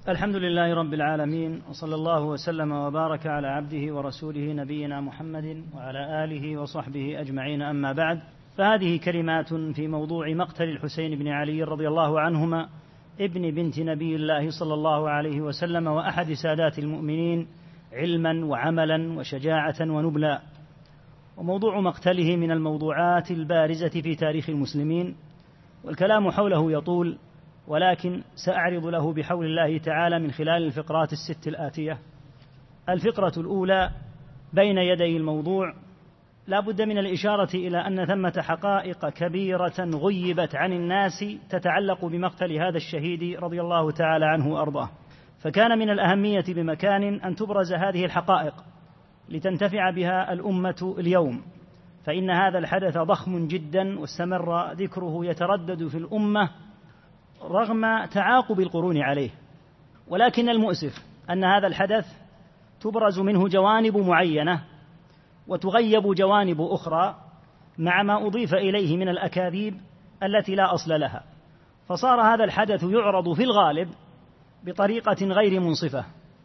الحمد لله رب العالمين، وصلى الله وسلم وبارك على عبده ورسوله نبينا محمد وعلى آله وصحبه أجمعين، أما بعد، فهذه كلمات في موضوع مقتل الحسين بن علي رضي الله عنهما ابن بنت نبي الله صلى الله عليه وسلم، وأحد سادات المؤمنين علما وعملا وشجاعة ونبلا. وموضوع مقتله من الموضوعات البارزة في تاريخ المسلمين، والكلام حوله يطول، ولكن سأعرض له بحول الله تعالى من خلال الفقرات الست الآتية. الفقرة الأولى: بين يدي الموضوع لا بد من الإشارة إلى أن ثمة حقائق كبيرة غيبت عن الناس تتعلق بمقتل هذا الشهيد رضي الله تعالى عنه وأرضاه، فكان من الأهمية بمكان أن تبرز هذه الحقائق لتنتفع بها الأمة اليوم، فإن هذا الحدث ضخم جدا، واستمر ذكره يتردد في الأمة رغم تعاقب القرون عليه. ولكن المؤسف أن هذا الحدث تبرز منه جوانب معينة وتغيب جوانب أخرى مع ما أضيف إليه من الأكاذيب التي لا أصل لها، فصار هذا الحدث يعرض في الغالب بطريقة غير منصفة،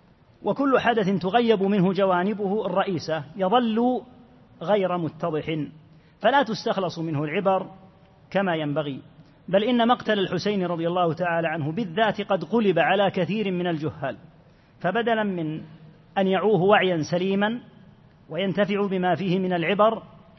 وكل حدث تغيب منه جوانبه الرئيسة يظل غير متضح، فلا تستخلص منه العبر كما ينبغي. بل إن مقتل الحسين رضي الله تعالى عنه بالذات قد غلب على كثير من الجهال، فبدلا من أن يعوه وعيا سليما وينتفعوا بما فيه من العبر،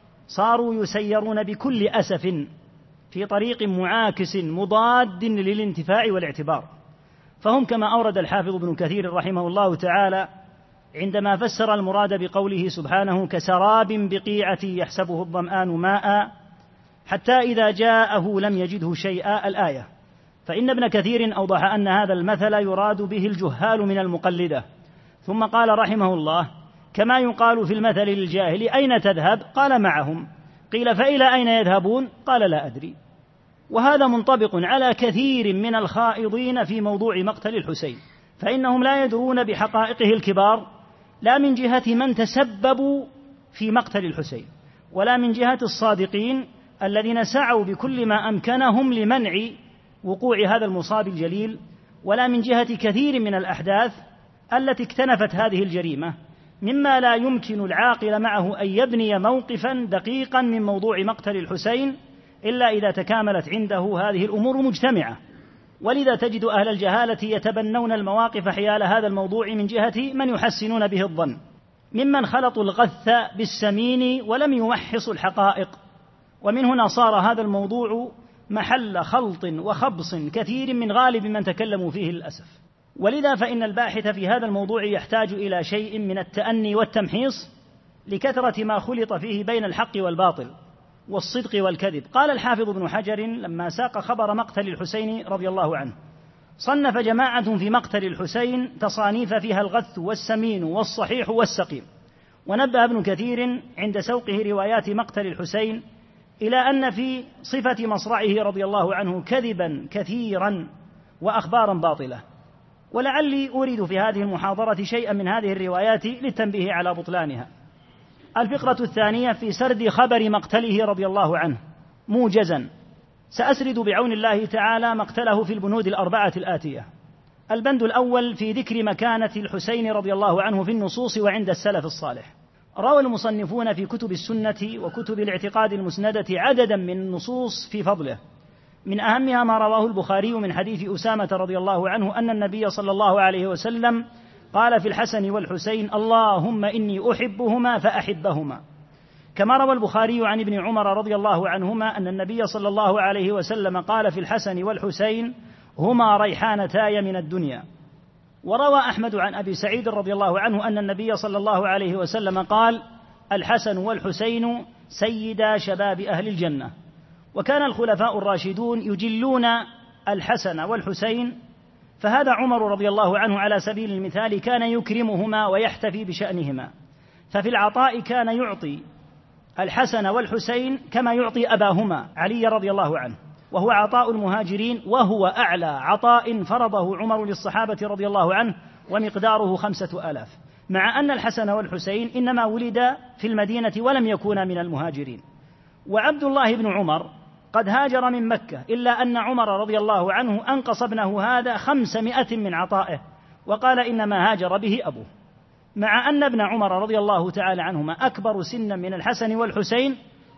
صاروا يسيرون بكل أسف في طريق معاكس مضاد للانتفاع والاعتبار. فهم كما أورد الحافظ ابن كثير رحمه الله تعالى عندما فسر المراد بقوله سبحانه: كسراب بقيعة يحسبه الظمآن ماء حتى إذا جاءه لم يجده شيئا، الآية. فإن ابن كثير أوضح أن هذا المثل يراد به الجهال من المقلدة، ثم قال رحمه الله: كما يقال في المثل للجاهل: أين تذهب؟ قال: معهم. قيل: فإلى أين يذهبون؟ قال: لا أدري. وهذا منطبق على كثير من الخائضين في موضوع مقتل الحسين، فإنهم لا يدرون بحقائقه الكبار، لا من جهة من تسببوا في مقتل الحسين، ولا من جهة الصادقين الذين سعوا بكل ما أمكنهم لمنع وقوع هذا المصاب الجليل، ولا من جهة كثير من الأحداث التي اكتنفت هذه الجريمة، مما لا يمكن العاقل معه أن يبني موقفا دقيقا من موضوع مقتل الحسين إلا إذا تكاملت عنده هذه الأمور مجتمعة. ولذا تجد أهل الجهالة يتبنون المواقف حيال هذا الموضوع من جهة من يحسنون به الظن، ممن خلطوا الغث بالسمين ولم يمحصوا الحقائق. ومن هنا صار هذا الموضوع محل خلط وخبص كثير من غالب من تكلموا فيه للأسف. ولذا فإن الباحث في هذا الموضوع يحتاج إلى شيء من التأني والتمحيص لكثرة ما خلط فيه بين الحق والباطل والصدق والكذب. قال الحافظ ابن حجر لما ساق خبر مقتل الحسين رضي الله عنه: صنف جماعة في مقتل الحسين تصانيف فيها الغث والسمين والصحيح والسقيم. ونبه ابن كثير عند سوقه روايات مقتل الحسين إلى أن في صفة مصرعه رضي الله عنه كذبا كثيرا وأخبارا باطلة، ولعلي أريد في هذه المحاضرة شيئا من هذه الروايات للتنبيه على بطلانها. الفقرة الثانية في سرد خبر مقتله رضي الله عنه موجزا. سأسرد بعون الله تعالى مقتله في البنود الأربعة الآتية. البند الأول في ذكر مكانة الحسين رضي الله عنه في النصوص وعند السلف الصالح. روى المصنفون في كتب السنة وكتب الاعتقاد المسندة عددا من النصوص في فضله، من أهمها ما رواه البخاري من حديث أسامة رضي الله عنه أن النبي صلى الله عليه وسلم قال في الحسن والحسين: اللهم إني أحبهما فأحبهما. كما روى البخاري عن ابن عمر رضي الله عنهما أن النبي صلى الله عليه وسلم قال في الحسن والحسين: هما ريحانتاي من الدنيا. وروى أحمد عن أبي سعيد رضي الله عنه أن النبي صلى الله عليه وسلم قال: الحسن والحسين سيدا شباب أهل الجنة. وكان الخلفاء الراشدون يجلون الحسن والحسين، فهذا عمر رضي الله عنه على سبيل المثال كان يكرمهما ويحتفي بشأنهما، ففي العطاء كان يعطي الحسن والحسين كما يعطي أباهما علي رضي الله عنه، وهو عطاء المهاجرين، وهو أعلى عطاء فرضه عمر للصحابة رضي الله عنه، ومقداره 5000، مع أن الحسن والحسين إنما ولد في المدينة ولم يكونا من المهاجرين. وعبد الله بن عمر قد هاجر من مكة، إلا أن عمر رضي الله عنه أنقص ابنه هذا 500 من عطائه، وقال إنما هاجر به أبوه، مع أن ابن عمر رضي الله تعالى عنهما أكبر سنا من الحسن والحسين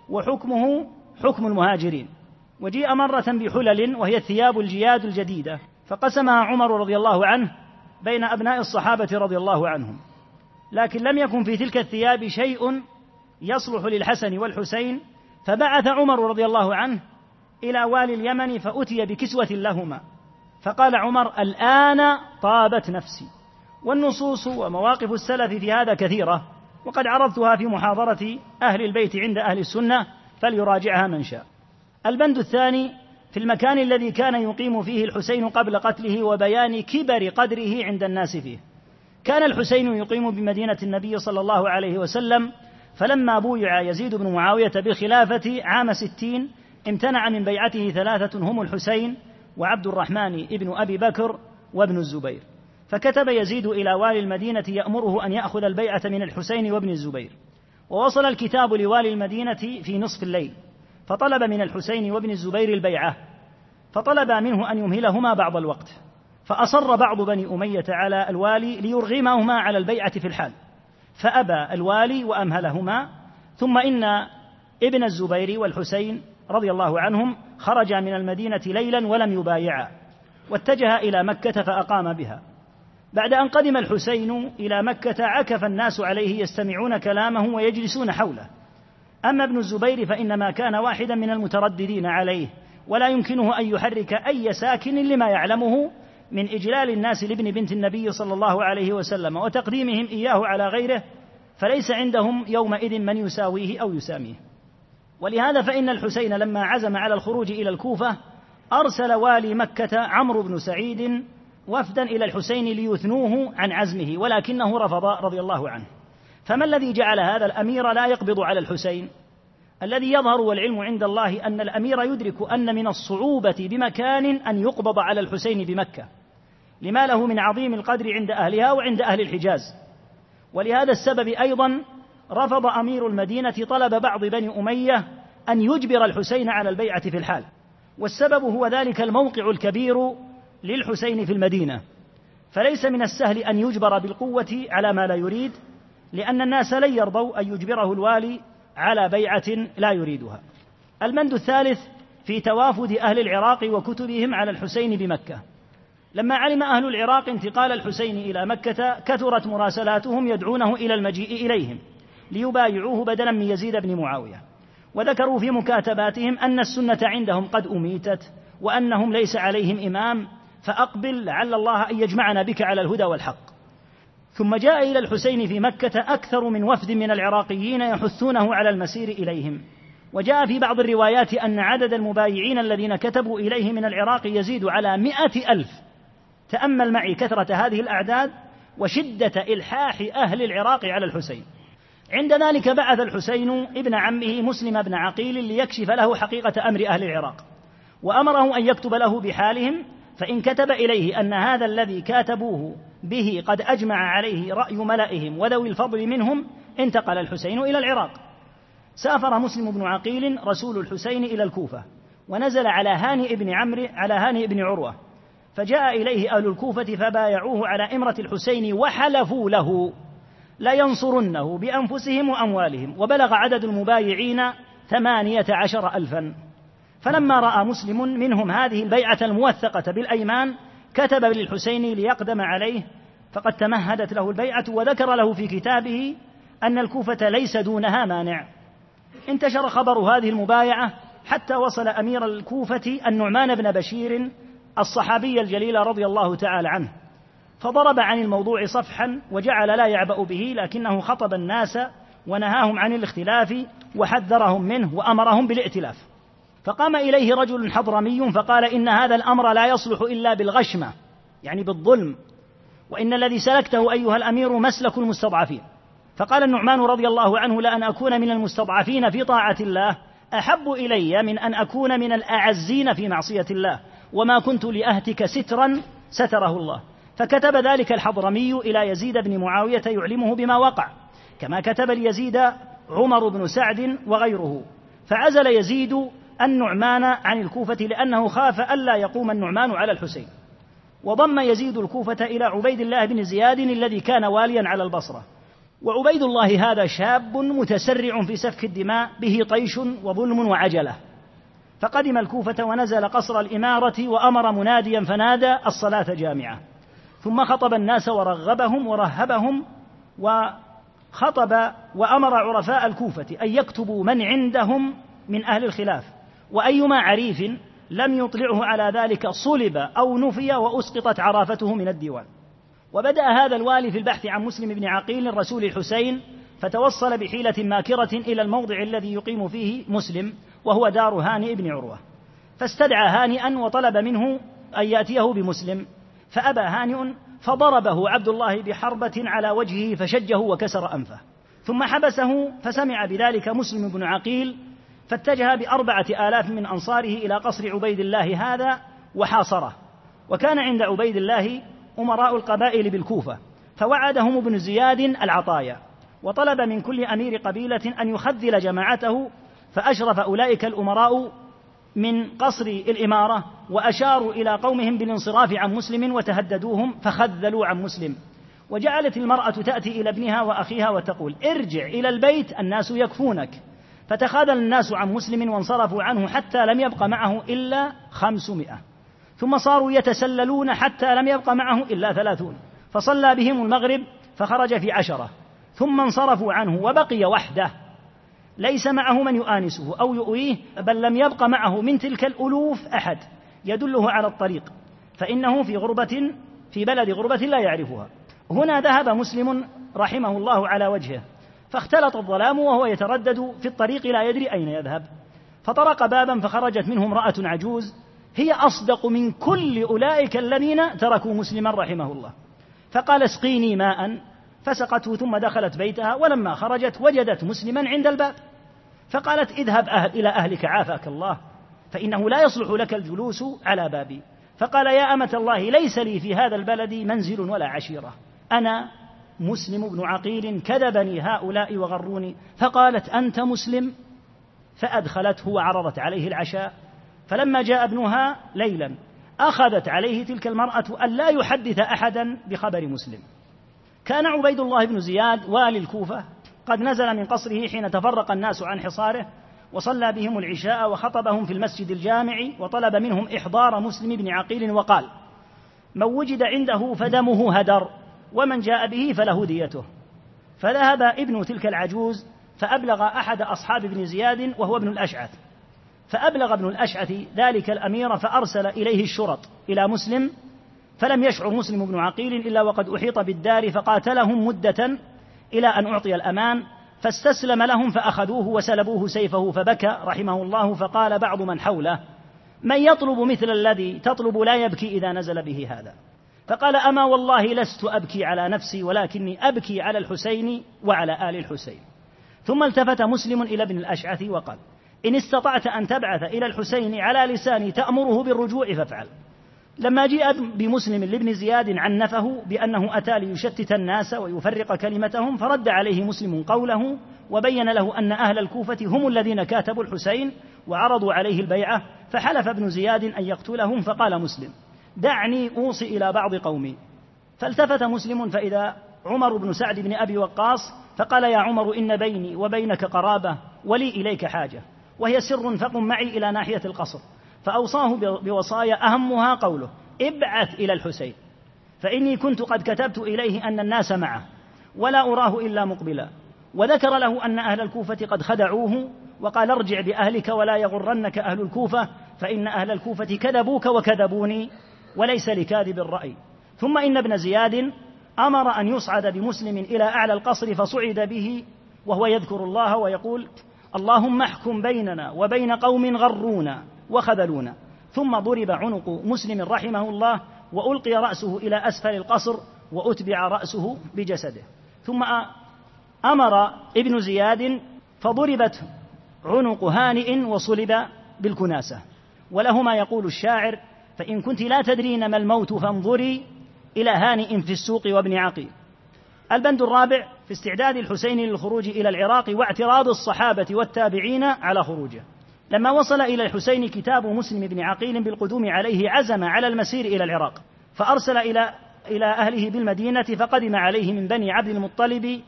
وحكمه حكم المهاجرين. وجيء مرة بحلل وهي الثياب الجياد الجديدة، فقسمها عمر رضي الله عنه بين أبناء الصحابة رضي الله عنهم، لكن لم يكن في تلك الثياب شيء يصلح للحسن والحسين، فبعث عمر رضي الله عنه إلى والي اليمن فأتي بكسوة لهما، فقال عمر: الآن طابت نفسي. والنصوص ومواقف السلف في هذا كثيرة، وقد عرضتها في محاضرة أهل البيت عند أهل السنة، فليراجعها من شاء. البند الثاني في المكان الذي كان يقيم فيه الحسين قبل قتله وبيان كبر قدره عند الناس فيه. كان الحسين يقيم بمدينة النبي صلى الله عليه وسلم، فلما بويع يزيد بن معاوية بالخلافة عام 60 امتنع من بيعته 3 هم الحسين وعبد الرحمن ابن أبي بكر وابن الزبير، فكتب يزيد إلى والي المدينة يأمره أن يأخذ البيعة من الحسين وابن الزبير. ووصل الكتاب لوالي المدينة في نصف الليل، فطلب من الحسين وابن الزبير البيعة، فطلب منه أن يمهلهما بعض الوقت، فأصر بعض بني أمية على الوالي ليرغمهما على البيعة في الحال، فأبى الوالي وأمهلهما. ثم إن ابن الزبير والحسين رضي الله عنهم خرجا من المدينة ليلا ولم يبايعا، واتجه إلى مكة فأقام بها. بعد أن قدم الحسين إلى مكة عكف الناس عليه يستمعون كلامه ويجلسون حوله. أما ابن الزبير فإنما كان واحدا من المترددين عليه، ولا يمكنه أن يحرك أي ساكن لما يعلمه من إجلال الناس لابن بنت النبي صلى الله عليه وسلم وتقديمهم إياه على غيره، فليس عندهم يومئذ من يساويه أو يساميه. ولهذا فإن الحسين لما عزم على الخروج إلى الكوفة أرسل والي مكة عمرو بن سعيد وفدا إلى الحسين ليثنوه عن عزمه، ولكنه رفض رضي الله عنه. فما الذي جعل هذا الأمير لا يقبض على الحسين؟ الذي يظهر والعلم عند الله أن الأمير يدرك أن من الصعوبة بمكان أن يقبض على الحسين بمكة، لما له من عظيم القدر عند أهلها وعند أهل الحجاز. ولهذا السبب أيضا رفض أمير المدينة طلب بعض بني أمية أن يجبر الحسين على البيعة في الحال، والسبب هو ذلك الموقع الكبير للحسين في المدينة، فليس من السهل أن يجبر بالقوة على ما لا يريد، لأن الناس لن يرضوا أن يجبره الوالي على بيعة لا يريدها. البند الثالث في توافد أهل العراق وكتبهم على الحسين بمكة. لما علم أهل العراق انتقال الحسين إلى مكة كثرت مراسلاتهم يدعونه إلى المجيء إليهم ليبايعوه بدلا من يزيد بن معاوية، وذكروا في مكاتباتهم أن السنة عندهم قد أميتت وأنهم ليس عليهم إمام، فأقبل لعل الله أن يجمعنا بك على الهدى والحق. ثم جاء إلى الحسين في مكة أكثر من وفد من العراقيين يحثونه على المسير إليهم، وجاء في بعض الروايات أن عدد المبايعين الذين كتبوا إليه من العراق يزيد على 100,000. تأمل معي كثرة هذه الأعداد وشدة إلحاح أهل العراق على الحسين. عند ذلك بعث الحسين ابن عمه مسلم بن عقيل ليكشف له حقيقة أمر أهل العراق، وأمره أن يكتب له بحالهم، فإن كتب إليه أن هذا الذي كاتبوه به قد أجمع عليه رأي ملئهم وذوي الفضل منهم انتقل الحسين إلى العراق. سافر مسلم بن عقيل رسول الحسين إلى الكوفة، ونزل على هانئ بن عروة، فجاء إليه أهل الكوفة فبايعوه على إمرة الحسين وحلفوا له لا ينصرنه بأنفسهم وأموالهم، وبلغ عدد المبايعين 18,000. فلما رأى مسلم منهم هذه البيعة الموثقة بالأيمان كتب للحسين ليقدم عليه، فقد تمهدت له البيعة، وذكر له في كتابه أن الكوفة ليس دونها مانع. انتشر خبر هذه المبايعة حتى وصل أمير الكوفة النعمان بن بشير الصحابي الجليل رضي الله تعالى عنه، فضرب عن الموضوع صفحا وجعل لا يعبأ به، لكنه خطب الناس ونهاهم عن الاختلاف وحذرهم منه وأمرهم بالائتلاف. فقام إليه رجل حضرمي فقال: إن هذا الأمر لا يصلح إلا بالغشمة، يعني بالظلم، وإن الذي سلكته أيها الأمير مسلك المستضعفين. فقال النعمان رضي الله عنه: لأن أكون من المستضعفين في طاعة الله أحب إلي من أن أكون من الأعزين في معصية الله، وما كنت لأهتك سترا ستره الله. فكتب ذلك الحضرمي إلى يزيد بن معاوية يعلمه بما وقع، كما كتب ليزيد عمر بن سعد وغيره. فعزل يزيد النعمان عن الكوفة لأنه خاف ألا يقوم النعمان على الحسين. وضم يزيد الكوفة إلى عبيد الله بن زياد الذي كان واليا على البصرة. وعبيد الله هذا شاب متسرع في سفك الدماء، به طيش وظلم وعجلة، فقدم الكوفة ونزل قصر الإمارة وأمر مناديا فنادى الصلاة جامعة، ثم خطب الناس ورغبهم ورهبهم، وخطب وأمر عرفاء الكوفة أن يكتبوا من عندهم من أهل الخلاف، وأيما عريف لم يطلعه على ذلك صلب أو نفي وأسقطت عرافته من الديوان. وبدأ هذا الوالي في البحث عن مسلم بن عقيل رسول الحسين، فتوصل بحيلة ماكرة إلى الموضع الذي يقيم فيه مسلم، وهو دار هانئ بن عروة، فاستدعى هانئا وطلب منه أن يأتيه بمسلم، فأبى هانئ، فضربه عبد الله بحربة على وجهه فشجه وكسر أنفه، ثم حبسه، فسمع بذلك مسلم بن عقيل، فاتجه ب4,000 من أنصاره إلى قصر عبيد الله هذا وحاصره. وكان عند عبيد الله أمراء القبائل بالكوفة، فوعدهم ابن زياد العطايا، وطلب من كل أمير قبيلة أن يخذل جماعته، فأشرف أولئك الأمراء من قصر الإمارة وأشاروا إلى قومهم بالانصراف عن مسلم وتهددوهم فخذلوا عن مسلم. وجعلت المرأة تأتي إلى ابنها وأخيها وتقول ارجع إلى البيت الناس يكفونك، فتخاذل الناس عن مسلم وانصرفوا عنه حتى لم يبق معه إلا 500، ثم صاروا يتسللون حتى لم يبق معه إلا 30، فصلى بهم المغرب فخرج في 10، ثم انصرفوا عنه وبقي وحده ليس معه من يؤانسه أو يؤويه، بل لم يبق معه من تلك الألوف أحد يدله على الطريق، فإنه في بلد غربة لا يعرفها. هنا ذهب مسلم رحمه الله على وجهه، فاختلط الظلام وهو يتردد في الطريق لا يدري أين يذهب، فطرق بابا فخرجت منه امرأة عجوز هي أصدق من كل أولئك الذين تركوا مسلما رحمه الله، فقال اسقيني ماء، فسقته ثم دخلت بيتها، ولما خرجت وجدت مسلما عند الباب، فقالت اذهب إلى أهلك عافاك الله، فإنه لا يصلح لك الجلوس على بابي. فقال يا أمة الله ليس لي في هذا البلد منزل ولا عشيرة، أنا مسلم بن عقيل، كذبني هؤلاء وغروني. فقالت أنت مسلم؟ فأدخلته وعرضت عليه العشاء، فلما جاء ابنها ليلا أخذت عليه تلك المرأة أن لا يحدث أحدا بخبر مسلم. كان عبيد الله بن زياد والي الكوفة قد نزل من قصره حين تفرق الناس عن حصاره، وصلى بهم العشاء وخطبهم في المسجد الجامع، وطلب منهم إحضار مسلم بن عقيل، وقال من وجد عنده فدمه هدر، ومن جاء به فله ديته. فذهب ابن تلك العجوز فأبلغ أحد أصحاب ابن زياد وهو ابن الأشعث، فأبلغ ابن الأشعث ذلك الأمير، فأرسل إليه الشرط إلى مسلم، فلم يشعر مسلم بن عقيل إلا وقد أحيط بالدار، فقاتلهم مدة إلى أن أعطي الأمان، فاستسلم لهم فأخذوه وسلبوه سيفه، فبكى رحمه الله. فقال بعض من حوله من يطلب مثل الذي تطلب لا يبكي إذا نزل به هذا. فقال أما والله لست أبكي على نفسي، ولكني أبكي على الحسين وعلى آل الحسين. ثم التفت مسلم إلى ابن الأشعث وقال إن استطعت أن تبعث إلى الحسين على لساني تأمره بالرجوع فافعل. لما جاء بمسلم لابن زياد عنفه بأنه أتى ليشتت الناس ويفرق كلمتهم، فرد عليه مسلم قوله، وبين له أن أهل الكوفة هم الذين كاتبوا الحسين وعرضوا عليه البيعة، فحلف ابن زياد أن يقتلهم. فقال مسلم دعني أوصي إلى بعض قومي، فالتفت مسلم فإذا عمر بن سعد بن أبي وقاص، فقال يا عمر إن بيني وبينك قرابة ولي إليك حاجة، وهي سر، فقم معي إلى ناحية القصر. فأوصاه بوصايا أهمها قوله ابعث إلى الحسين، فإني كنت قد كتبت إليه أن الناس معه ولا أراه إلا مقبلا. وذكر له أن أهل الكوفة قد خدعوه، وقال ارجع بأهلك ولا يغرنك أهل الكوفة، فإن أهل الكوفة كذبوك وكذبوني، وليس لكاذب الرأي. ثم إن ابن زياد أمر أن يصعد بمسلم إلى أعلى القصر، فصعد به وهو يذكر الله ويقول اللهم احكم بيننا وبين قوم غرونا وخذلونا. ثم ضرب عنق مسلم رحمه الله، وألقي رأسه إلى أسفل القصر، وأتبع رأسه بجسده. ثم أمر ابن زياد فضربت عنق هانئ وصلب بالكناسة. ولهما يقول الشاعر فإن كنت لا تدرين ما الموت فانظري إلى هانئ في السوق وابن عقيل. البند الرابع في استعداد الحسين للخروج إلى العراق واعتراض الصحابة والتابعين على خروجه. لما وصل إلى الحسين كتاب مسلم بن عقيل بالقدوم عليه، عزم على المسير إلى العراق، فأرسل إلى أهله بالمدينة، فقدم عليه من بني عبد المطلب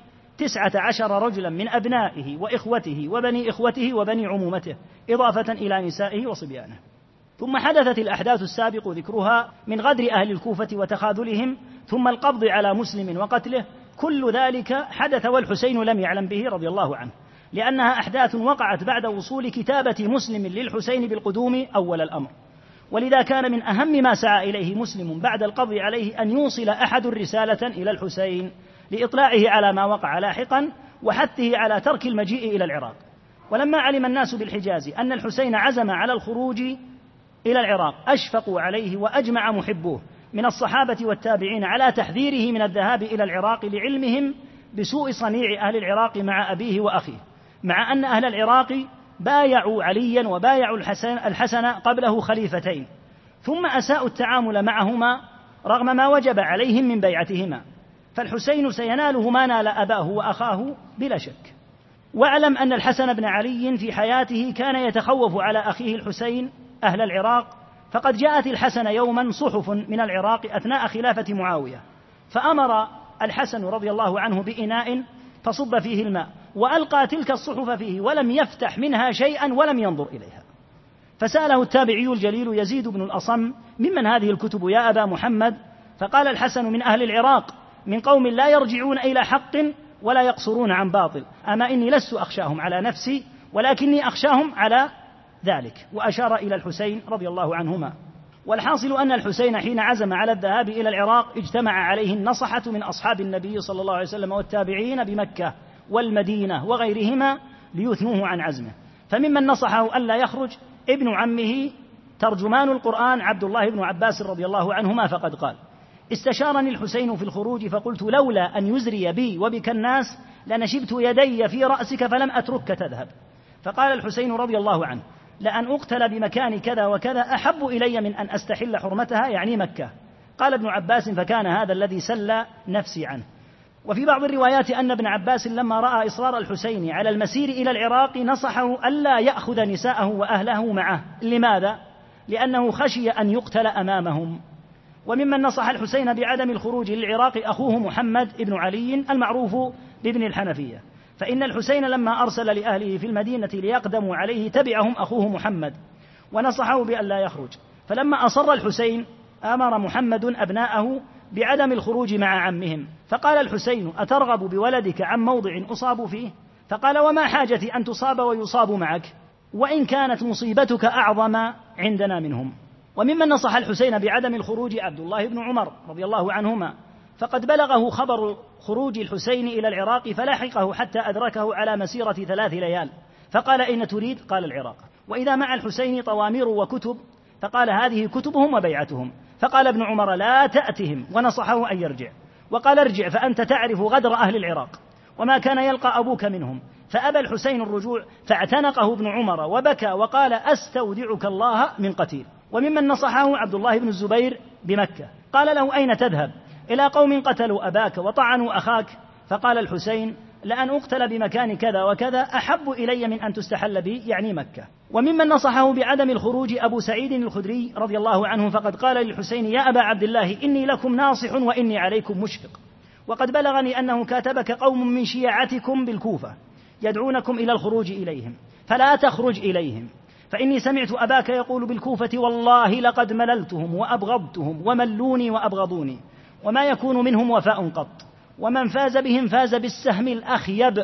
19 رجلا من أبنائه وإخوته وبني إخوته وبني عمومته، إضافة إلى نسائه وصبيانه. ثم حدثت الأحداث السابق ذكرها من غدر أهل الكوفة وتخاذلهم، ثم القبض على مسلم وقتله، كل ذلك حدث والحسين لم يعلم به رضي الله عنه، لأنها أحداث وقعت بعد وصول كتابة مسلم للحسين بالقدوم أول الأمر. ولذا كان من أهم ما سعى إليه مسلم بعد القبض عليه أن يوصل أحد رسالة إلى الحسين لإطلاعه على ما وقع لاحقا وحثه على ترك المجيء إلى العراق. ولما علم الناس بالحجاز أن الحسين عزم على الخروج إلى العراق أشفقوا عليه، وأجمع محبوه من الصحابة والتابعين على تحذيره من الذهاب إلى العراق لعلمهم بسوء صنيع أهل العراق مع أبيه وأخيه، مع أن أهل العراق بايعوا عليا وبايعوا الحسن قبله خليفتين، ثم أساءوا التعامل معهما رغم ما وجب عليهم من بيعتهما، فالحسين سيناله ما نال أباه وأخاه بلا شك. واعلم أن الحسن بن علي في حياته كان يتخوف على أخيه الحسين أهل العراق، فقد جاءت الحسن يوما صحف من العراق أثناء خلافة معاوية، فأمر الحسن رضي الله عنه بإناء فصب فيه الماء وألقى تلك الصحف فيه ولم يفتح منها شيئا ولم ينظر إليها، فسأله التابعي الجليل يزيد بن الأصم: ممن هذه الكتب يا أبا محمد؟ فقال الحسن: من أهل العراق، من قوم لا يرجعون إلى حق ولا يقصرون عن باطل، أما إني لست أخشاهم على نفسي ولكني أخشاهم على ذلك، وأشار إلى الحسين رضي الله عنهما. والحاصل أن الحسين حين عزم على الذهاب إلى العراق اجتمع عليه النصحة من أصحاب النبي صلى الله عليه وسلم والتابعين بمكة والمدينة وغيرهما ليثنوه عن عزمه. فممن نصحه ألا يخرج ابن عمه ترجمان القرآن عبد الله بن عباس رضي الله عنهما، فقد قال: استشارني الحسين في الخروج فقلت: لولا أن يزري بي وبك الناس لنشبت يدي في رأسك فلم أتركك تذهب. فقال الحسين رضي الله عنه: لأن أقتل بمكان كذا وكذا أحب إلي من أن أستحل حرمتها، يعني مكة. قال ابن عباس: فكان هذا الذي سلى نفسي عنه. وفي بعض الروايات أن ابن عباس لما رأى إصرار الحسين على المسير إلى العراق نصحه ألا يأخذ نساءه وأهله معه. لماذا؟ لأنه خشي أن يقتل أمامهم. وممن نصح الحسين بعدم الخروج للعراق أخوه محمد بن علي المعروف بابن الحنفية، فإن الحسين لما أرسل لأهله في المدينة ليقدموا عليه تبعهم أخوه محمد ونصحه بأن لا يخرج، فلما أصر الحسين أمر محمد أبناءه بعدم الخروج مع عمهم، فقال الحسين: أترغب بولدك عن موضع أصاب فيه؟ فقال: وما حاجتي أن تصاب ويصاب معك، وإن كانت مصيبتك أعظم عندنا منهم. وممن نصح الحسين بعدم الخروج عبد الله بن عمر رضي الله عنهما، فقد بلغه خبر خروج الحسين إلى العراق فلاحقه حتى أدركه على مسيرة 3 ليال، فقال: أين تريد؟ قال: العراق. وإذا مع الحسين طوامير وكتب، فقال: هذه كتبهم وبيعتهم. فقال ابن عمر: لا تأتهم، ونصحه أن يرجع، وقال: ارجع فأنت تعرف غدر أهل العراق وما كان يلقى أبوك منهم. فأبى الحسين الرجوع، فاعتنقه ابن عمر وبكى وقال: أستودعك الله من قتيل. وممن نصحه عبد الله بن الزبير بمكة، قال له: أين تذهب؟ إلى قوم قتلوا أباك وطعنوا أخاك. فقال الحسين: لأن أقتل بمكان كذا وكذا أحب إلي من أن تستحل بي، يعني مكة. وممن نصحه بعدم الخروج أبو سعيد الخدري رضي الله عنه، فقد قال للحسين: يا أبا عبد الله، إني لكم ناصح وإني عليكم مشفق، وقد بلغني أنه كاتبك قوم من شيعتكم بالكوفة يدعونكم إلى الخروج إليهم، فلا تخرج إليهم، فإني سمعت أباك يقول بالكوفة: والله لقد مللتهم وأبغضتهم وملوني وأبغضوني، وما يكون منهم وفاء قط، ومن فاز بهم فاز بالسهم الأخيب،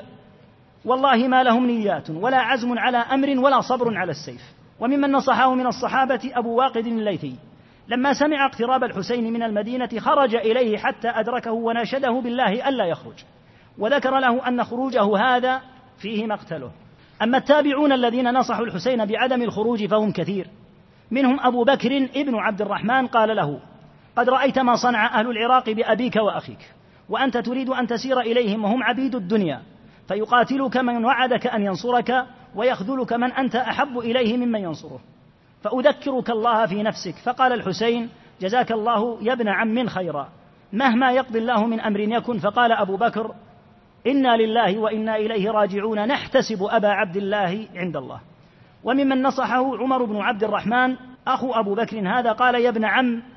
والله ما لهم نيات ولا عزم على أمر ولا صبر على السيف. وممن نصحه من الصحابة أبو واقد الليثي، لما سمع اقتراب الحسين من المدينة خرج إليه حتى أدركه وناشده بالله ألا يخرج، وذكر له أن خروجه هذا فيه مقتله. أما التابعون الذين نصحوا الحسين بعدم الخروج فهم كثير، منهم أبو بكر ابن عبد الرحمن قال له: قد رأيت ما صنع أهل العراق بأبيك وأخيك، وأنت تريد أن تسير إليهم وهم عبيد الدنيا، فيقاتلك من وعدك أن ينصرك ويخذلك من أنت أحب إليه ممن ينصره، فأذكرك الله في نفسك. فقال الحسين: جزاك الله يا ابن عم خيرا، مهما يقضي الله من أمر يكن. فقال أبو بكر: إنا لله وإنا إليه راجعون، نحتسب أبا عبد الله عند الله. وممن نصحه عمر بن عبد الرحمن أخو أبو بكر هذا، قال: يا ابن عم،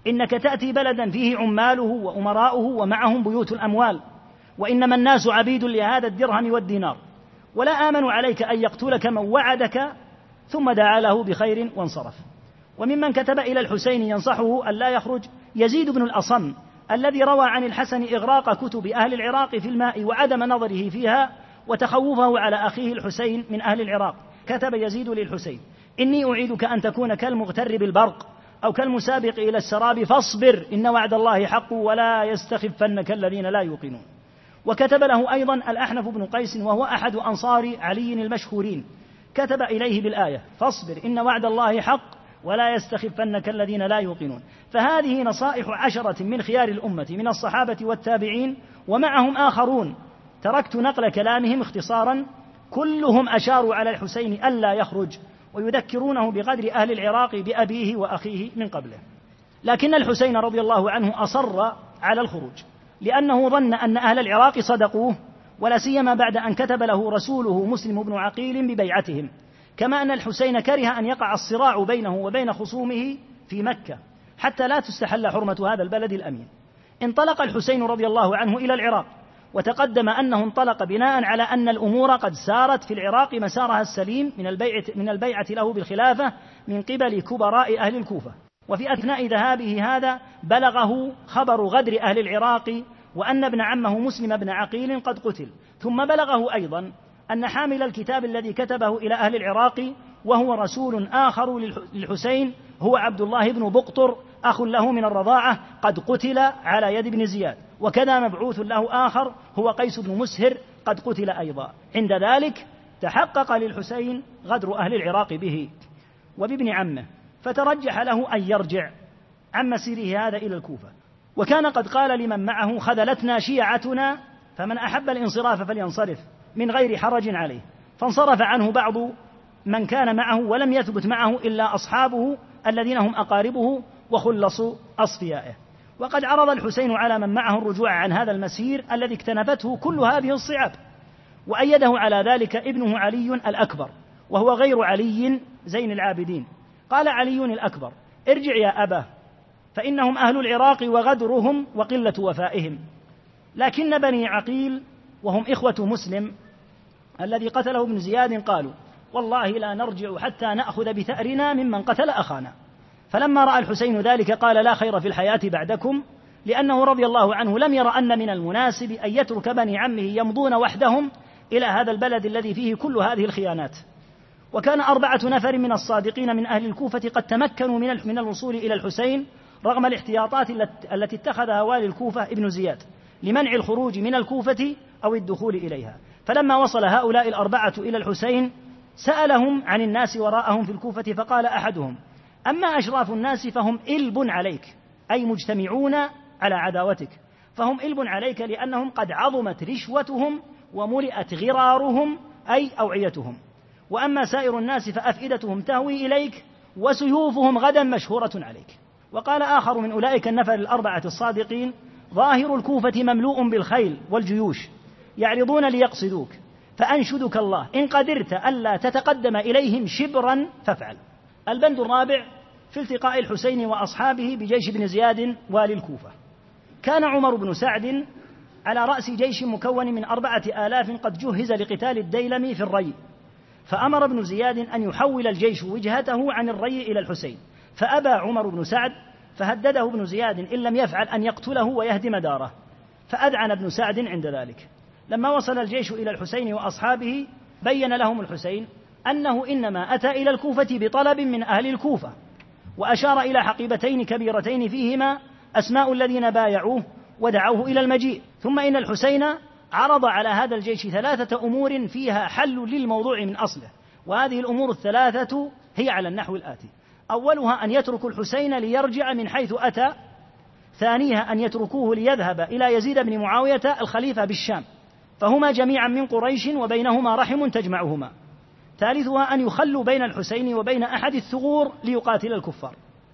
إنك تأتي بلدا فيه عماله وأمراؤه ومعهم بيوت الأموال، وإنما الناس عبيد لهذا الدرهم والدينار، ولا آمنوا عليك أن يقتلك من وعدك، ثم دعا له بخير وانصرف. وممن كتب إلى الحسين ينصحه أن لا يخرج يزيد بن الأصم، الذي روى عن الحسن إغراق كتب أهل العراق في الماء وعدم نظره فيها وتخوفه على أخيه الحسين من أهل العراق. كتب يزيد للحسين: إني أعيدك أن تكون كالمغتر بالبرق أو كالمسابق إلى السراب، فاصبر إن وعد الله حق ولا يستخفنك الذين لا يوقنون. وكتب له أيضا الأحنف بن قيس، وهو أحد أنصار علي المشهورين، كتب إليه بالآية: فاصبر إن وعد الله حق ولا يستخفنك الذين لا يوقنون. فهذه نصائح 10 من خيار الأمة من الصحابة والتابعين، ومعهم آخرون تركت نقل كلامهم اختصارا، كلهم أشاروا على الحسين ألا يخرج، ويذكرونه بقدر أهل العراق بأبيه وأخيه من قبله. لكن الحسين رضي الله عنه أصر على الخروج، لأنه ظن أن أهل العراق صدقوه، ولا سيما بعد أن كتب له رسوله مسلم بن عقيل ببيعتهم، كما أن الحسين كره أن يقع الصراع بينه وبين خصومه في مكة حتى لا تستحل حرمة هذا البلد الأمين. انطلق الحسين رضي الله عنه إلى العراق، وتقدم أنه انطلق بناء على أن الأمور قد سارت في العراق مسارها السليم من البيعة له بالخلافة من قبل كبراء أهل الكوفة. وفي أثناء ذهابه هذا بلغه خبر غدر أهل العراق، وأن ابن عمه مسلم بن عقيل قد قتل. ثم بلغه أيضا أن حامل الكتاب الذي كتبه إلى أهل العراق وهو رسول آخر للحسين هو عبد الله بن بقطر، أخ له من الرضاعة، قد قتل على يد ابن زياد. وكذا مبعوث له آخر هو قيس بن مسهر قد قتل أيضا. عند ذلك تحقق للحسين غدر أهل العراق به وبابن عمه، فترجح له أن يرجع عن مسيره هذا إلى الكوفة. وكان قد قال لمن معه: خذلتنا شيعتنا فمن أحب الانصراف فلينصرف من غير حرج عليه. فانصرف عنه بعض من كان معه، ولم يثبت معه إلا أصحابه الذين هم أقاربه وخلصوا أصفيائه. وقد عرض الحسين على من معه الرجوع عن هذا المسير الذي اكتنفته كل هذه الصعاب، وأيده على ذلك ابنه علي الأكبر، وهو غير علي زين العابدين. قال علي الأكبر: ارجع يا أباه، فإنهم أهل العراق وغدرهم وقلة وفائهم. لكن بني عقيل وهم إخوة مسلم الذي قتله ابن زياد قالوا: والله لا نرجع حتى نأخذ بثأرنا ممن قتل أخانا. فلما رأى الحسين ذلك قال: لا خير في الحياة بعدكم، لأنه رضي الله عنه لم ير أن من المناسب أن يترك بني عمه يمضون وحدهم إلى هذا البلد الذي فيه كل هذه الخيانات. وكان 4 نفر من الصادقين من أهل الكوفة قد تمكنوا من الوصول إلى الحسين رغم الاحتياطات التي اتخذها والي الكوفة ابن زياد لمنع الخروج من الكوفة أو الدخول إليها. فلما وصل هؤلاء 4 إلى الحسين سألهم عن الناس وراءهم في الكوفة، فقال أحدهم: أما أشراف الناس فهم إلب عليك، أي مجتمعون على عداوتك، فهم إلب عليك لأنهم قد عظمت رشوتهم وملئت غرارهم أي أوعيتهم. وأما سائر الناس فأفئدتهم تهوي إليك وسيوفهم غدا مشهورة عليك. وقال آخر من أولئك النفر 4 الصادقين: ظاهر الكوفة مملوء بالخيل والجيوش يعرضون ليقصدوك، فأنشدك الله إن قدرت ألا تتقدم إليهم شبرا فافعل. البند الرابع في التقاء الحسين وأصحابه بجيش بن زياد والي الكوفة. كان عمر بن سعد على رأس جيش مكون من 4000 قد جهز لقتال الديلمي في الري، فأمر ابن زياد أن يحول الجيش وجهته عن الري إلى الحسين، فأبى عمر بن سعد، فهدده ابن زياد إن لم يفعل أن يقتله ويهدم داره، فأذعن ابن سعد عند ذلك. لما وصل الجيش إلى الحسين وأصحابه بين لهم الحسين أنه إنما أتى إلى الكوفة بطلب من أهل الكوفة، وأشار إلى حقيبتين كبيرتين فيهما أسماء الذين بايعوه ودعوه إلى المجيء. ثم إن الحسين عرض على هذا الجيش 3 أمور فيها حل للموضوع من أصله، وهذه الأمور 3 هي على النحو الآتي: أولها أن يتركوا الحسين ليرجع من حيث أتى، ثانيها أن يتركوه ليذهب إلى يزيد بن معاوية الخليفة بالشام، فهما جميعا من قريش وبينهما رحم تجمعهما، ثالثها أن يخلوا بين الحسين وبين أحد الثغور ليقاتل الكفار.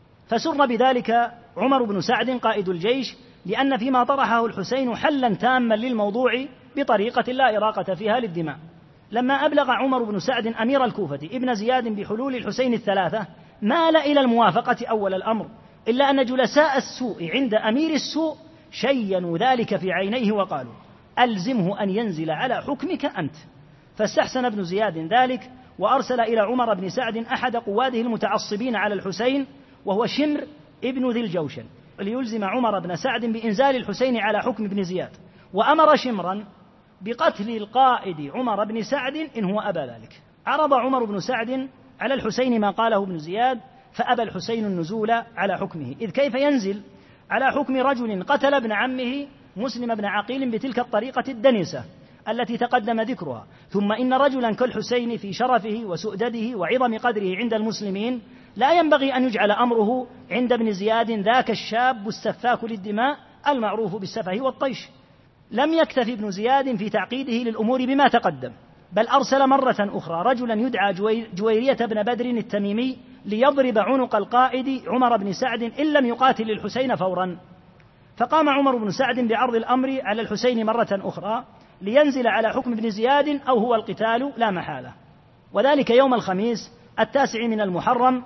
فسر بذلك عمر بن سعد قائد الجيش، لأن فيما طرحه الحسين حلا تاما للموضوع بطريقة لا إراقة فيها للدماء. لما أبلغ عمر بن سعد أمير الكوفة ابن زياد بحلول الحسين 3 مال إلى الموافقة أول الأمر، إلا أن جلساء السوء عند أمير السوء شينوا ذلك في عينيه وقالوا ألزمه أن ينزل على حكمك أنت. فاستحسن ابن زياد ذلك وأرسل إلى عمر بن سعد أحد قواده المتعصبين على الحسين وهو شمر ابن ذي الجوشن ليلزم عمر بن سعد بإنزال الحسين على حكم ابن زياد، وأمر شمرا بقتل القائد عمر بن سعد إن هو أبى ذلك. عرض عمر بن سعد على الحسين ما قاله ابن زياد فأبى الحسين النزول على حكمه، إذ كيف ينزل على حكم رجل قتل ابن عمه مسلم بن عقيل بتلك الطريقة الدنيسة التي تقدم ذكرها؟ ثم إن رجلا كالحسين في شرفه وسؤدده وعظم قدره عند المسلمين لا ينبغي أن يجعل أمره عند ابن زياد ذاك الشاب السفاك للدماء المعروف بالسفه والطيش. لم يكتف ابن زياد في تعقيده للأمور بما تقدم، بل أرسل مرة أخرى رجلا يدعى جويرية بن بدر التميمي ليضرب عنق القائد عمر بن سعد إن لم يقاتل الحسين فورا. فقام عمر بن سعد بعرض الأمر على الحسين مرة أخرى لينزل على حكم ابن زياد أو هو القتال لا محالة، وذلك يوم الخميس 9 من المحرم،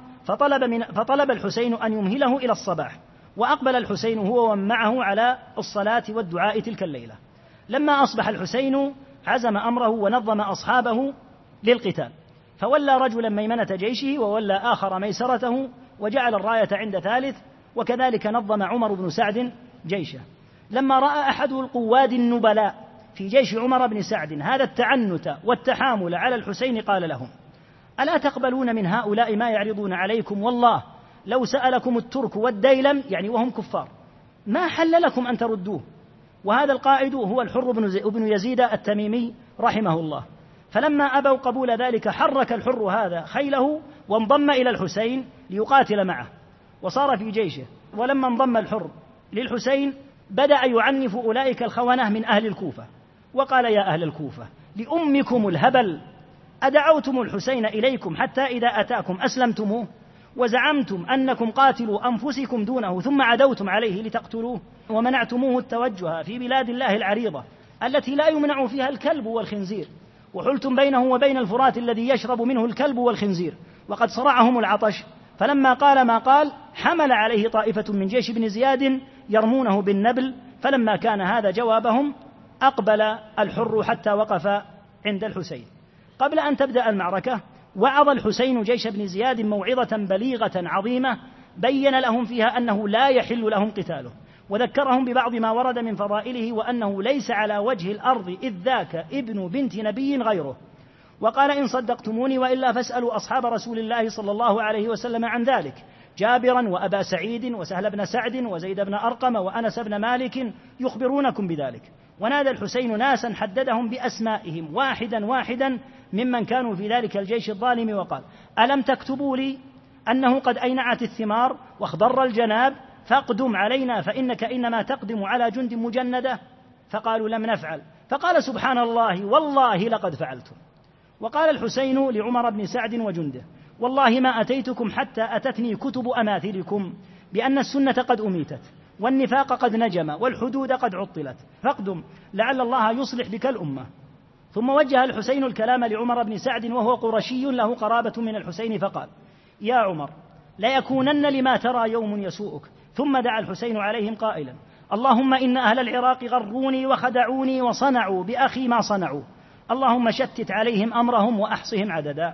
فطلب الحسين أن يمهله إلى الصباح، وأقبل الحسين هو ومن معه على الصلاة والدعاء تلك الليلة. لما أصبح الحسين عزم أمره ونظم أصحابه للقتال، فولى رجلا ميمنة جيشه وولى آخر ميسرته وجعل الراية عند ثالث، وكذلك نظم عمر بن سعد جيشه. لما رأى أحد القواد النبلاء في جيش عمر بن سعد هذا التعنت والتحامل على الحسين قال لهم ألا تقبلون من هؤلاء ما يعرضون عليكم؟ والله لو سألكم الترك والديلم يعني وهم كفار ما حل لكم أن تردوه. وهذا القائد هو الحر بن يزيد التميمي رحمه الله. فلما أبوا قبول ذلك حرك الحر هذا خيله وانضم إلى الحسين ليقاتل معه وصار في جيشه. ولما انضم الحر للحسين بدأ يعنف أولئك الخونة من أهل الكوفة وقال يا أهل الكوفة لأمكم الهبل أدعوتم الحسين إليكم حتى إذا أتاكم أسلمتموه وزعمتم أنكم قاتلوا أنفسكم دونه ثم عدوتم عليه لتقتلوه ومنعتموه التوجه في بلاد الله العريضة التي لا يمنع فيها الكلب والخنزير، وحلتم بينه وبين الفرات الذي يشرب منه الكلب والخنزير، وقد صرعهم العطش. فلما قال ما قال حمل عليه طائفة من جيش ابن زياد يرمونه بالنبل. فلما كان هذا جوابهم أقبل الحر حتى وقف عند الحسين. قبل أن تبدأ المعركة وعظ الحسين جيش ابن زياد موعظة بليغة عظيمة بين لهم فيها أنه لا يحل لهم قتاله، وذكرهم ببعض ما ورد من فضائله وأنه ليس على وجه الأرض إذ ذاك ابن بنت نبي غيره. وقال إن صدقتموني وإلا فاسألوا أصحاب رسول الله صلى الله عليه وسلم عن ذلك، جابرا وأبا سعيد وسهل بن سعد وزيد بن أرقم وأنس بن مالك يخبرونكم بذلك. ونادى الحسين ناسا حددهم بأسمائهم واحدا واحدا ممن كانوا في ذلك الجيش الظالم وقال ألم تكتبوا لي أنه قد أينعت الثمار واخضر الجناب فاقدم علينا فإنك إنما تقدم على جند مجندة؟ فقالوا لم نفعل. فقال سبحان الله والله لقد فعلتم. وقال الحسين لعمر بن سعد وجنده والله ما أتيتكم حتى أتتني كتب أماثلكم بأن السنة قد أميتت والنفاق قد نجم والحدود قد عطلت، فاقدم لعل الله يصلح بك الأمة. ثم وجه الحسين الكلام لعمر بن سعد وهو قرشي له قرابة من الحسين فقال يا عمر ليكونن لما ترى يوم يسوءك. ثم دعا الحسين عليهم قائلا اللهم إن أهل العراق غروني وخدعوني وصنعوا بأخي ما صنعوا، اللهم شتت عليهم أمرهم وأحصهم عددا.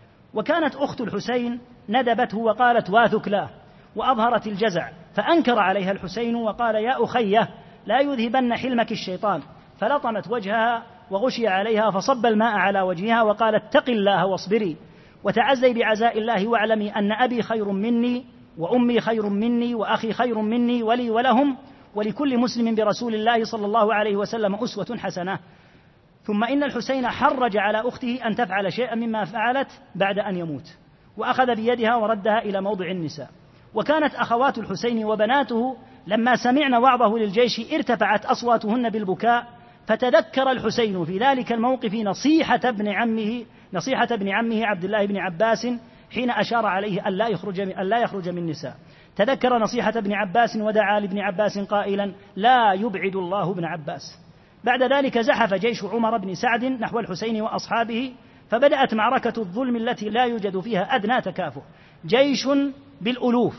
وكانت أخت الحسين ندبته وقالت واثك له وأظهرت الجزع، فأنكر عليها الحسين وقال يا أخيه لا يذهبن حلمك الشيطان، فلطمت وجهها وغشي عليها فصب الماء على وجهها وقال اتق الله واصبري وتعزي بعزاء الله واعلمي أن أبي خير مني وأمي خير مني وأخي خير مني ولي ولهم ولكل مسلم برسول الله صلى الله عليه وسلم أسوة حسنة. ثم إن الحسين حرج على أخته أن تفعل شيئا مما فعلت بعد أن يموت، وأخذ بيدها وردها إلى موضع النساء. وكانت أخوات الحسين وبناته لما سمعن وعظه للجيش ارتفعت أصواتهن بالبكاء، فتذكر الحسين في ذلك الموقف نصيحة ابن عمه عبد الله بن عباس حين أشار عليه أن لا يخرج من نساء. تذكر نصيحة ابن عباس ودعا لابن عباس قائلا لا يبعد الله ابن عباس. بعد ذلك زحف جيش عمر بن سعد نحو الحسين وأصحابه، فبدأت معركة الظلم التي لا يوجد فيها أدنى تكافؤ، جيش بالألوف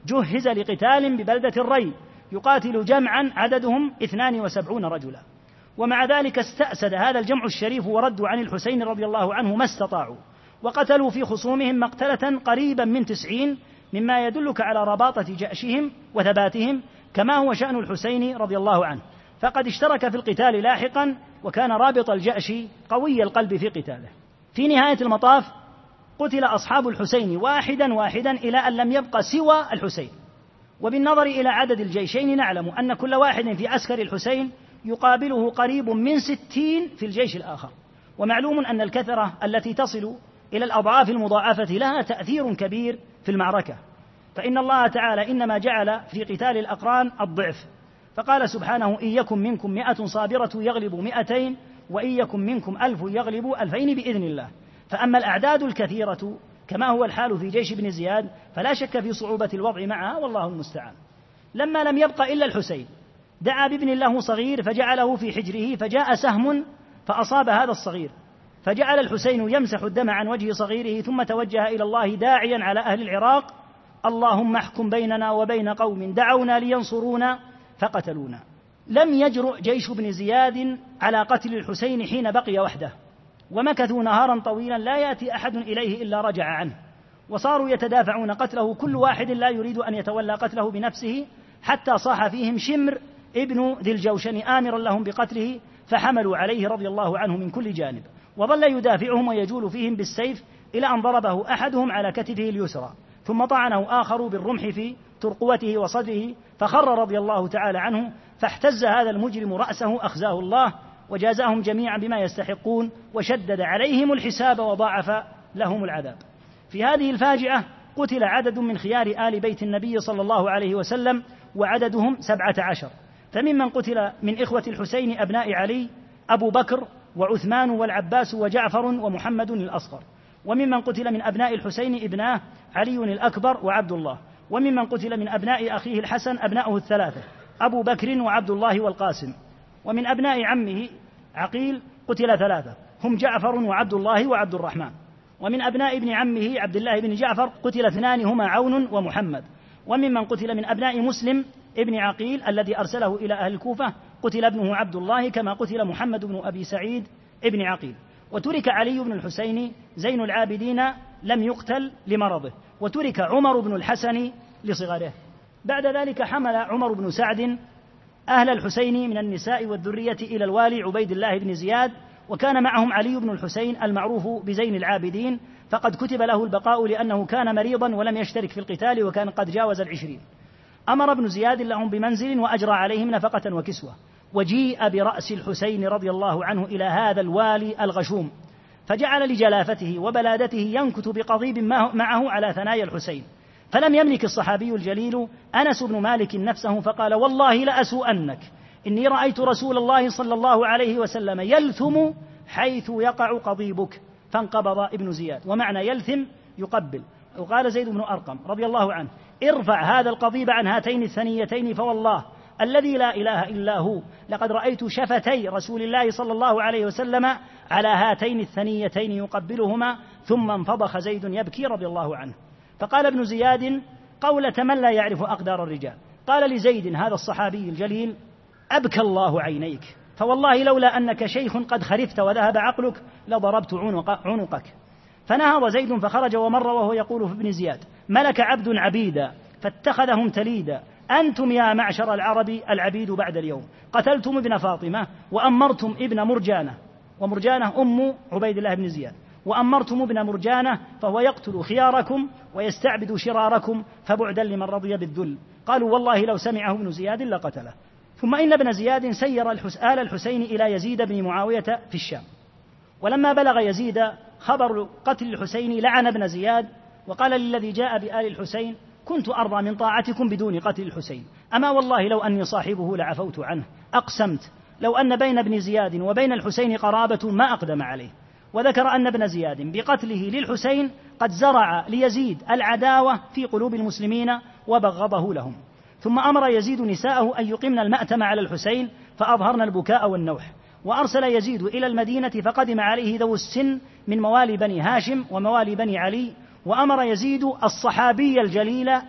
جهز لقتال ببلدة الري يقاتل جمعا عددهم 72 رجلا، ومع ذلك استأسد هذا الجمع الشريف وردوا عن الحسين رضي الله عنه ما استطاعوا، وقتلوا في خصومهم مقتلة قريبا من 90، مما يدلك على رباطة جأشهم وثباتهم، كما هو شأن الحسين رضي الله عنه، فقد اشترك في القتال لاحقا، وكان رابط الجأش قوي القلب في قتاله. في نهاية المطاف قتل أصحاب الحسين واحدا واحدا إلى أن لم يبق سوى الحسين. وبالنظر إلى عدد الجيشين نعلم أن كل واحد في عسكر الحسين يقابله قريب من 60 في الجيش الآخر، ومعلوم أن الكثرة التي تصل إلى الأضعاف المضاعفة لها تأثير كبير في المعركة، فإن الله تعالى إنما جعل في قتال الأقران الضعف، فقال سبحانه: إن يكن منكم 100 صابرة يغلب 200، وإن يكن منكم 1000 يغلب 2000 بإذن الله. فأما الأعداد الكثيرة كما هو الحال في جيش ابن زياد فلا شك في صعوبة الوضع معها، والله المستعان. لما لم يبق إلا الحسين دعا بابن له صغير فجعله في حجره، فجاء سهم فأصاب هذا الصغير، فجعل الحسين يمسح الدم عن وجه صغيره، ثم توجه إلى الله داعيا على أهل العراق: اللهم احكم بيننا وبين قوم دعونا لينصرونا فقتلونا. لم يجرؤ جيش ابن زياد على قتل الحسين حين بقي وحده، ومكثوا نهارا طويلا لا يأتي أحد إليه إلا رجع عنه، وصاروا يتدافعون قتله، كل واحد لا يريد أن يتولى قتله بنفسه، حتى صاح فيهم شمر ابن ذي الجوشن آمرا لهم بقتله، فحملوا عليه رضي الله عنه من كل جانب، وظل يدافعهم ويجول فيهم بالسيف إلى أن ضربه أحدهم على كتفه اليسرى، ثم طعنه آخر بالرمح في ترقوته وصدره، فخر رضي الله تعالى عنه، فاحتز هذا المجرم رأسه أخزاه الله، وجازاهم جميعا بما يستحقون، وشدد عليهم الحساب وضاعف لهم العذاب. في هذه الفاجعة قتل عدد من خيار آل بيت النبي صلى الله عليه وسلم، وعددهم 17، فممن قتل من إخوة الحسين أبناء علي أبو بكر وعثمان والعباس وجعفر ومحمد الأصغر، وممن قتل من أبناء الحسين ابناه علي الأكبر وعبد الله، وممن قتل من أبناء أخيه الحسن أبناؤه 3 أبو بكر وعبد الله والقاسم، ومن أبناء عمه عقيل قتل 3 هم جعفر وعبد الله وعبد الرحمن، ومن أبناء ابن عمه عبد الله بن جعفر قتل 2 هما عون ومحمد، وممن قتل من أبناء مسلم ابن عقيل الذي أرسله إلى أهل الكوفة قتل ابنه عبد الله، كما قتل محمد بن أبي سعيد ابن عقيل. وترك علي بن الحسين زين العابدين لم يقتل لمرضه، وترك عمر بن الحسن لصغره. بعد ذلك حمل عمر بن سعد أهل الحسين من النساء والذرية إلى الوالي عبيد الله بن زياد، وكان معهم علي بن الحسين المعروف بزين العابدين، فقد كتب له البقاء لأنه كان مريضا ولم يشترك في القتال، وكان قد جاوز 20. أمر ابن زياد لهم بمنزل وأجرى عليهم نفقة وكسوة، وجيء برأس الحسين رضي الله عنه إلى هذا الوالي الغشوم، فجعل لجلافته وبلادته ينكت بقضيب معه على ثنايا الحسين، فلم يملك الصحابي الجليل أنس بن مالك نفسه، فقال: والله لأسوءنك، إني رأيت رسول الله صلى الله عليه وسلم يلثم حيث يقع قضيبك، فانقبض ابن زياد، ومعنى يلثم يقبل. وقال زيد بن أرقم رضي الله عنه: ارفع هذا القضيب عن هاتين الثنيتين، فوالله الذي لا إله إلا هو لقد رأيت شفتي رسول الله صلى الله عليه وسلم على هاتين الثنيتين يقبلهما. ثم انفضخ زيد يبكي رضي الله عنه. فقال ابن زياد قولة من لا يعرف أقدار الرجال، قال لزيد هذا الصحابي الجليل: أبكى الله عينيك، فوالله لولا أنك شيخ قد خرفت وذهب عقلك لضربت عنقك. فنهض زيد فخرج ومر وهو يقول في ابن زياد: ملك عبد عبيدا فاتخذهم تليدا، أنتم يا معشر العرب العبيد بعد اليوم، قتلتم ابن فاطمة وأمرتم ابن مرجانة، ومرجانة أم عبيد الله بن زياد، وأمرتم ابن مرجانة فهو يقتل خياركم ويستعبد شراركم، فبعدا لمن رضي بالذل. قالوا: والله لو سمعه ابن زياد لقتله. ثم إن ابن زياد سير آل الحسين إلى يزيد بن معاوية في الشام، ولما بلغ يزيد خبر قتل الحسين لعن ابن زياد، وقال للذي جاء بآل الحسين: كنت أرضى من طاعتكم بدون قتل الحسين، أما والله لو أني صاحبه لعفوت عنه، أقسمت لو أن بين ابن زياد وبين الحسين قرابة ما أقدم عليه. وذكر أن ابن زياد بقتله للحسين قد زرع ليزيد العداوة في قلوب المسلمين وبغضه لهم. ثم أمر يزيد نساءه أن يقمن المأتم على الحسين، فأظهرن البكاء والنوح. وأرسل يزيد إلى المدينة، فقدم عليه ذو السن من موالي بني هاشم وموالي بني علي، وأمر يزيد الصحابي الجليل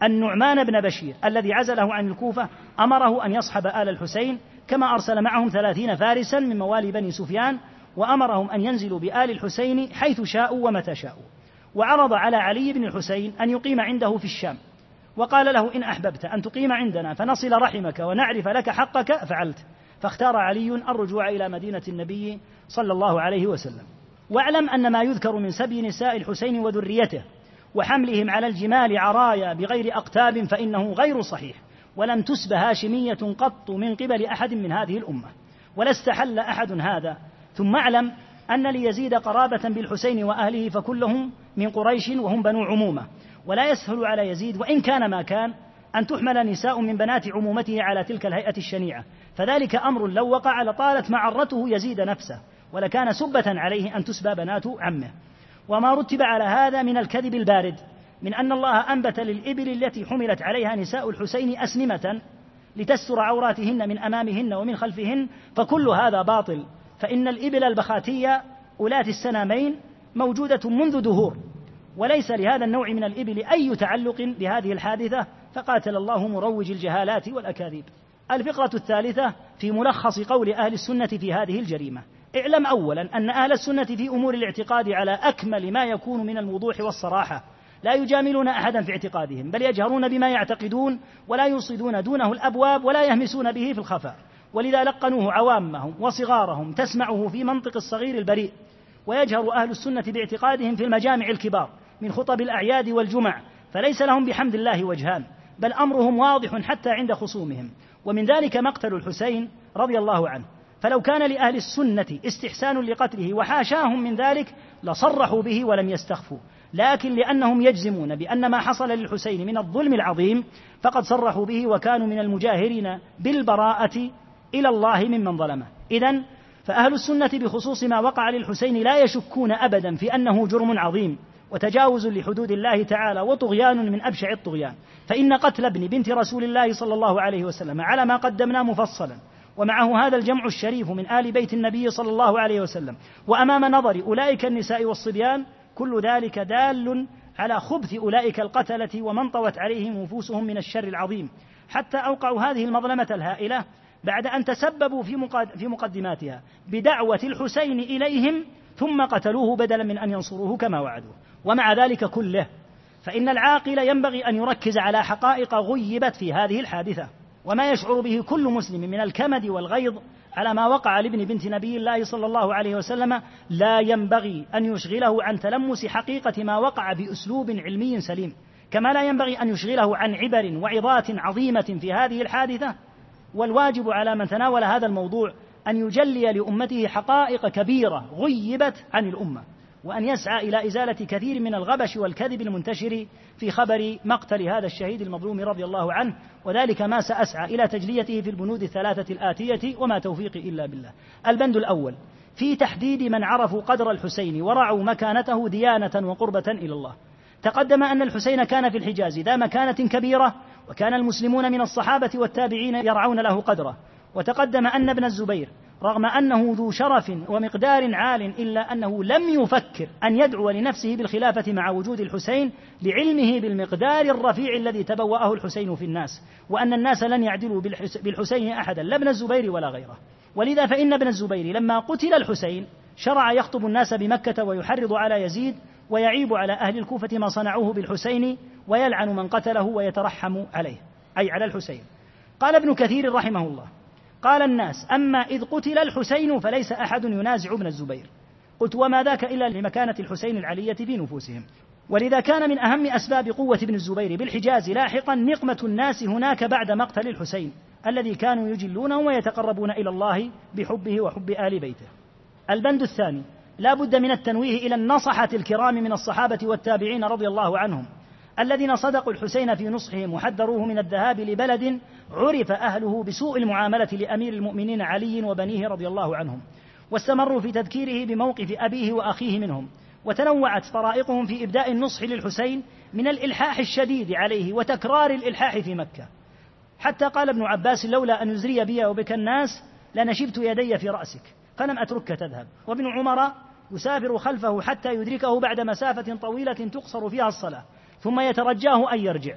النعمان بن بشير الذي عزله عن الكوفة أمره أن يصحب آل الحسين، كما أرسل معهم 30 فارسا من موالي بني سفيان، وأمرهم أن ينزلوا بآل الحسين حيث شاءوا ومتى شاءوا. وعرض على علي بن الحسين أن يقيم عنده في الشام، وقال له: إن أحببت أن تقيم عندنا فنصل رحمك ونعرف لك حقك فعلت. فاختار علي الرجوع إلى مدينة النبي صلى الله عليه وسلم. واعلم أن ما يذكر من سبي نساء الحسين وذريته وحملهم على الجمال عرايا بغير أقتاب فإنه غير صحيح، ولم تسب هاشمية قط من قبل أحد من هذه الأمة، ولا استحل أحد هذا. ثم اعلم أن ليزيد قرابة بالحسين وأهله فكلهم من قريش وهم بنو عمومة، ولا يسهل على يزيد وإن كان ما كان أن تحمل نساء من بنات عمومته على تلك الهيئة الشنيعة، فذلك أمر لو وقع لطالت معرته يزيد نفسه، ولكان سبة عليه أن تسبى بنات عمه. وما رتب على هذا من الكذب البارد من أن الله أنبت للإبل التي حملت عليها نساء الحسين أسنمة لتستر عوراتهن من أمامهن ومن خلفهن، فكل هذا باطل، فإن الإبل البخاتية أولات السنامين موجودة منذ دهور، وليس لهذا النوع من الإبل أي تعلق بهذه الحادثة، فقاتل الله مروج الجهالات والأكاذيب. الفقرة الثالثة في ملخص قول أهل السنة في هذه الجريمة. اعلم أولا أن أهل السنة في أمور الاعتقاد على أكمل ما يكون من الوضوح والصراحة، لا يجاملون أحدا في اعتقادهم، بل يجهرون بما يعتقدون ولا يوصدون دونه الأبواب ولا يهمسون به في الخفاء، ولذا لقنوه عوامهم وصغارهم تسمعه في منطق الصغير البريء. ويجهر أهل السنة باعتقادهم في المجامع الكبار من خطب الأعياد والجمع، فليس لهم بحمد الله وجهان، بل أمرهم واضح حتى عند خصومهم، ومن ذلك مقتل الحسين رضي الله عنه. فلو كان لأهل السنة استحسان لقتله وحاشاهم من ذلك لصرحوا به ولم يستخفوا، لكن لأنهم يجزمون بأن ما حصل للحسين من الظلم العظيم فقد صرحوا به، وكانوا من المجاهرين بالبراءة إلى الله ممن ظلمه. إذن فأهل السنة بخصوص ما وقع للحسين لا يشكون أبدا في أنه جرم عظيم وتجاوز لحدود الله تعالى وطغيان من أبشع الطغيان، فإن قتل ابن بنت رسول الله صلى الله عليه وسلم على ما قدمنا مفصلا، ومعه هذا الجمع الشريف من آل بيت النبي صلى الله عليه وسلم، وأمام نظر أولئك النساء والصبيان، كل ذلك دال على خبث أولئك القتلة ومن طوت عليهم نفوسهم من الشر العظيم، حتى أوقعوا هذه المظلمة الهائلة بعد أن تسببوا في مقدماتها بدعوة الحسين إليهم، ثم قتلوه بدلا من أن ينصروه كما وعدوه. ومع ذلك كله فإن العاقل ينبغي أن يركز على حقائق غيبت في هذه الحادثة، وما يشعر به كل مسلم من الكمد والغيظ على ما وقع لابن بنت نبي الله صلى الله عليه وسلم لا ينبغي أن يشغله عن تلمس حقيقة ما وقع بأسلوب علمي سليم، كما لا ينبغي أن يشغله عن عبر وعظات عظيمة في هذه الحادثة. والواجب على من تناول هذا الموضوع أن يجلي لأمته حقائق كبيرة غيبت عن الأمة، وأن يسعى إلى إزالة كثير من الغبش والكذب المنتشر في خبر مقتل هذا الشهيد المظلوم رضي الله عنه، وذلك ما سأسعى إلى تجليته في البنود الثلاثة الآتية، وما توفيقي إلا بالله. البند الأول في تحديد من عرفوا قدر الحسين ورعوا مكانته ديانة وقربة إلى الله. تقدم أن الحسين كان في الحجاز ذا مكانة كبيرة، وكان المسلمون من الصحابة والتابعين يرعون له قدره. وتقدم أن ابن الزبير رغم أنه ذو شرف ومقدار عال إلا أنه لم يفكر أن يدعو لنفسه بالخلافة مع وجود الحسين، لعلمه بالمقدار الرفيع الذي تبوأه الحسين في الناس، وأن الناس لن يعدلوا بالحسين أحدا لا ابن الزبير ولا غيره. ولذا فإن ابن الزبير لما قتل الحسين شرع يخطب الناس بمكة ويحرض على يزيد ويعيب على أهل الكوفة ما صنعوه بالحسين، ويلعن من قتله ويترحم عليه، أي على الحسين. قال ابن كثير رحمه الله: قال الناس: أما إذ قتل الحسين فليس أحد ينازع ابن الزبير. قلت: وما ذاك إلا لمكانة الحسين العلية في نفوسهم. ولذا كان من أهم أسباب قوة ابن الزبير بالحجاز لاحقا نقمة الناس هناك بعد مقتل الحسين، الذي كانوا يجلونه ويتقربون إلى الله بحبه وحب آل بيته. البند الثاني لا بد من التنويه إلى النصحة الكرام من الصحابة والتابعين رضي الله عنهم، الذين صدقوا الحسين في نصحهم وحذروه من الذهاب لبلد عرف أهله بسوء المعاملة لأمير المؤمنين علي وبنيه رضي الله عنهم، واستمروا في تذكيره بموقف أبيه وأخيه منهم. وتنوعت طرائقهم في إبداء النصح للحسين من الإلحاح الشديد عليه وتكرار الإلحاح في مكة، حتى قال ابن عباس: لولا أن يزري بي وبك الناس لنشبت يدي في رأسك فلم أتركك تذهب. وابن عمر يسافر خلفه حتى يدركه بعد مسافة طويلة تقصر فيها الصلاة، ثم يترجاه أن يرجع،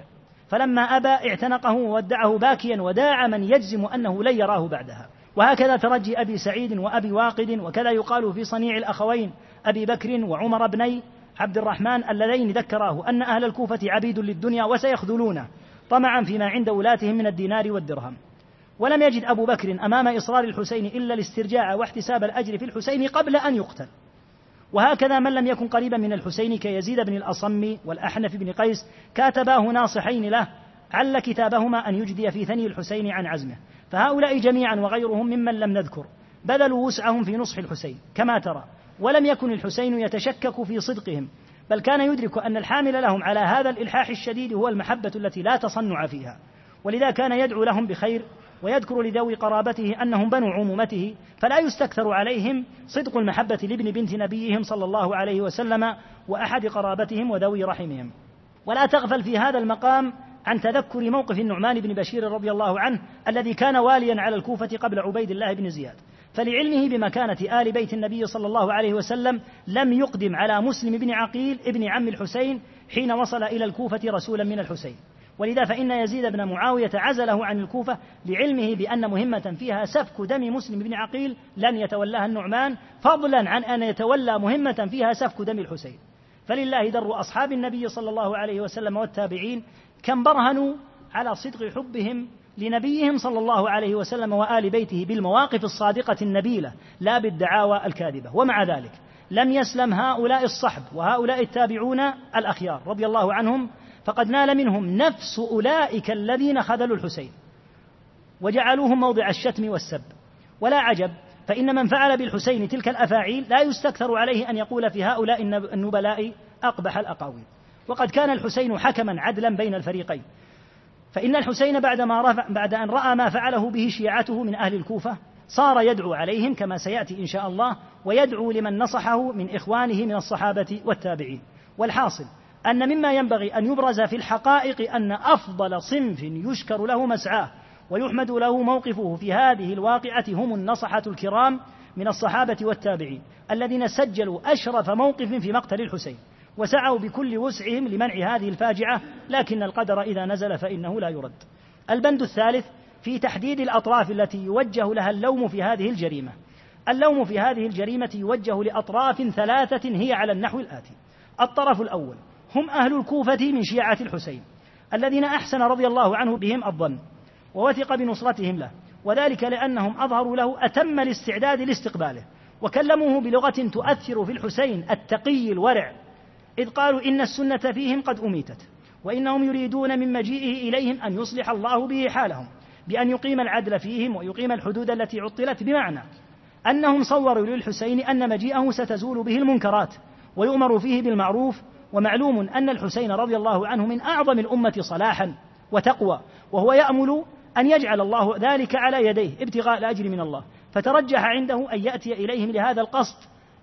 فلما أبى اعتنقه وودعه باكيا وداع من يجزم أنه لن يراه بعدها. وهكذا ترجي أبي سعيد وأبي واقد. وكذا يقال في صنيع الأخوين أبي بكر وعمر بني عبد الرحمن اللذين ذكراه أن أهل الكوفة عبيد للدنيا وسيخذلونه طمعا فيما عند ولاتهم من الدينار والدرهم. ولم يجد أبو بكر أمام إصرار الحسين إلا الاسترجاع واحتساب الأجر في الحسين قبل أن يقتل. وهكذا من لم يكن قريبا من الحسين كيزيد بن الأصم والأحنف بن قيس كاتباه ناصحين له عل كتابهما أن يجدي في ثني الحسين عن عزمه. فهؤلاء جميعا وغيرهم ممن لم نذكر بذلوا وسعهم في نصح الحسين كما ترى، ولم يكن الحسين يتشكك في صدقهم، بل كان يدرك أن الحامل لهم على هذا الإلحاح الشديد هو المحبة التي لا تصنع فيها، ولذا كان يدعو لهم بخير ويذكر لذوي قرابته أنهم بنو عمومته، فلا يستكثر عليهم صدق المحبة لابن بنت نبيهم صلى الله عليه وسلم وأحد قرابتهم وذوي رحمهم. ولا تغفل في هذا المقام عن تذكر موقف النعمان بن بشير رضي الله عنه الذي كان واليا على الكوفة قبل عبيد الله بن زياد، فلعلمه بمكانة آل بيت النبي صلى الله عليه وسلم لم يقدم على مسلم بن عقيل ابن عم الحسين حين وصل إلى الكوفة رسولا من الحسين. ولذا فإن يزيد بن معاوية عزله عن الكوفة لعلمه بأن مهمة فيها سفك دم مسلم بن عقيل لن يتولاها النعمان، فضلا عن أن يتولى مهمة فيها سفك دم الحسين. فلله در أصحاب النبي صلى الله عليه وسلم والتابعين كم برهنوا على صدق حبهم لنبيهم صلى الله عليه وسلم وآل بيته بالمواقف الصادقة النبيلة لا بالدعاوى الكاذبة. ومع ذلك لم يسلم هؤلاء الصحب وهؤلاء التابعون الأخيار رضي الله عنهم، فقد نال منهم نفس أولئك الذين خذلوا الحسين وجعلوهم موضع الشتم والسب. ولا عجب، فإن من فعل بالحسين تلك الأفاعيل لا يستكثر عليه أن يقول في هؤلاء النبلاء أقبح الأقاويل. وقد كان الحسين حكما عدلا بين الفريقين، فإن الحسين بعد أن رأى ما فعله به شيعته من أهل الكوفة صار يدعو عليهم كما سيأتي إن شاء الله، ويدعو لمن نصحه من إخوانه من الصحابة والتابعين. والحاصل أن مما ينبغي أن يبرز في الحقائق أن أفضل صنف يشكر له مسعاه ويحمد له موقفه في هذه الواقعة هم النصحة الكرام من الصحابة والتابعين الذين سجلوا أشرف موقف في مقتل الحسين وسعوا بكل وسعهم لمنع هذه الفاجعة، لكن القدر إذا نزل فإنه لا يرد. البند الثالث في تحديد الأطراف التي يوجه لها اللوم في هذه الجريمة. اللوم في هذه الجريمة يوجه لأطراف ثلاثة هي على النحو الآتي: الطرف الأول هم أهل الكوفة من شيعة الحسين الذين أحسن رضي الله عنه بهم الظن ووثق بنصرتهم له، وذلك لأنهم أظهروا له أتم الاستعداد لاستقباله وكلموه بلغة تؤثر في الحسين التقي الورع، إذ قالوا إن السنة فيهم قد أميتت، وإنهم يريدون من مجيئه إليهم أن يصلح الله به حالهم بأن يقيم العدل فيهم ويقيم الحدود التي عطلت، بمعنى أنهم صوروا للحسين أن مجيئه ستزول به المنكرات ويؤمر فيه بالمعروف. ومعلوم أن الحسين رضي الله عنه من أعظم الأمة صلاحا وتقوى، وهو يأمل أن يجعل الله ذلك على يديه ابتغاء الأجر من الله، فترجح عنده أن يأتي إليهم لهذا القصد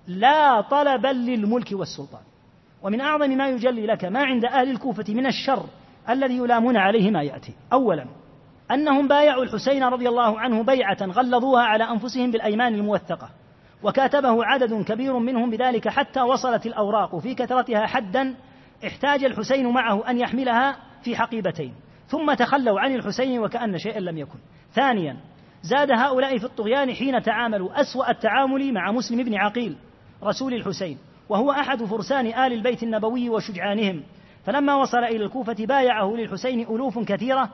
لا طلبا للملك والسلطان. ومن أعظم ما يجلي لك ما عند أهل الكوفة من الشر الذي يلامون عليه ما يأتي: أولا أنهم بايعوا الحسين رضي الله عنه بيعة غلظوها على أنفسهم بالأيمان الموثقة، وكاتبه عدد كبير منهم بذلك حتى وصلت الأوراق في كثرتها حدا احتاج الحسين معه أن يحملها في حقيبتين، ثم تخلوا عن الحسين وكأن شيئا لم يكن. ثانيا زاد هؤلاء في الطغيان حين تعاملوا أسوأ التعامل مع مسلم بن عقيل رسول الحسين، وهو أحد فرسان آل البيت النبوي وشجعانهم، فلما وصل إلى الكوفة بايعه للحسين ألوف كثيرة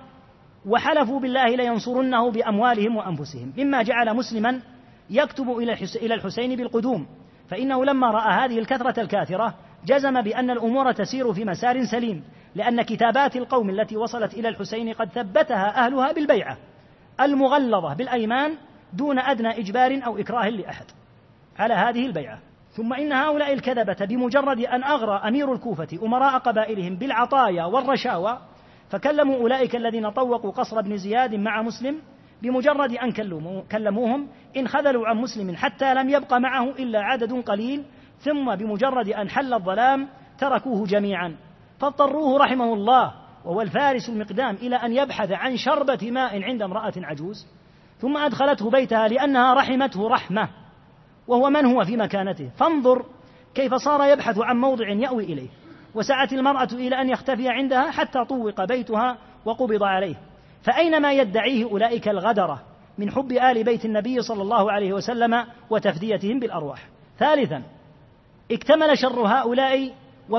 وحلفوا بالله لينصرنه بأموالهم وأنفسهم، مما جعل مسلما يكتب إلى الحسين بالقدوم، فإنه لما رأى هذه الكثرة الكاثرة جزم بأن الأمور تسير في مسار سليم، لأن كتابات القوم التي وصلت إلى الحسين قد ثبتها أهلها بالبيعة المغلظة بالأيمان دون أدنى إجبار أو إكراه لأحد على هذه البيعة. ثم إن هؤلاء الكذبة بمجرد أن أغرى أمير الكوفة أمراء قبائلهم بالعطايا والرشاوى فكلموا أولئك الذين طوقوا قصر ابن زياد مع مسلم، بمجرد أن كلموهم إن خذلوا عن مسلم حتى لم يبق معه إلا عدد قليل، ثم بمجرد أن حل الظلام تركوه جميعا، فاضطروه رحمه الله وهو الفارس المقدام إلى أن يبحث عن شربة ماء عند امرأة عجوز، ثم أدخلته بيتها لأنها رحمته رحمة وهو من هو في مكانته. فانظر كيف صار يبحث عن موضع يأوي إليه، وسعت المرأة إلى أن يختفي عندها حتى طوق بيتها وقبض عليه. فأينما يدعيه أولئك الغدرة من حب آل بيت النبي صلى الله عليه وسلم وتفديتهم بالأرواح. ثالثا، اكتمل شر هؤلاء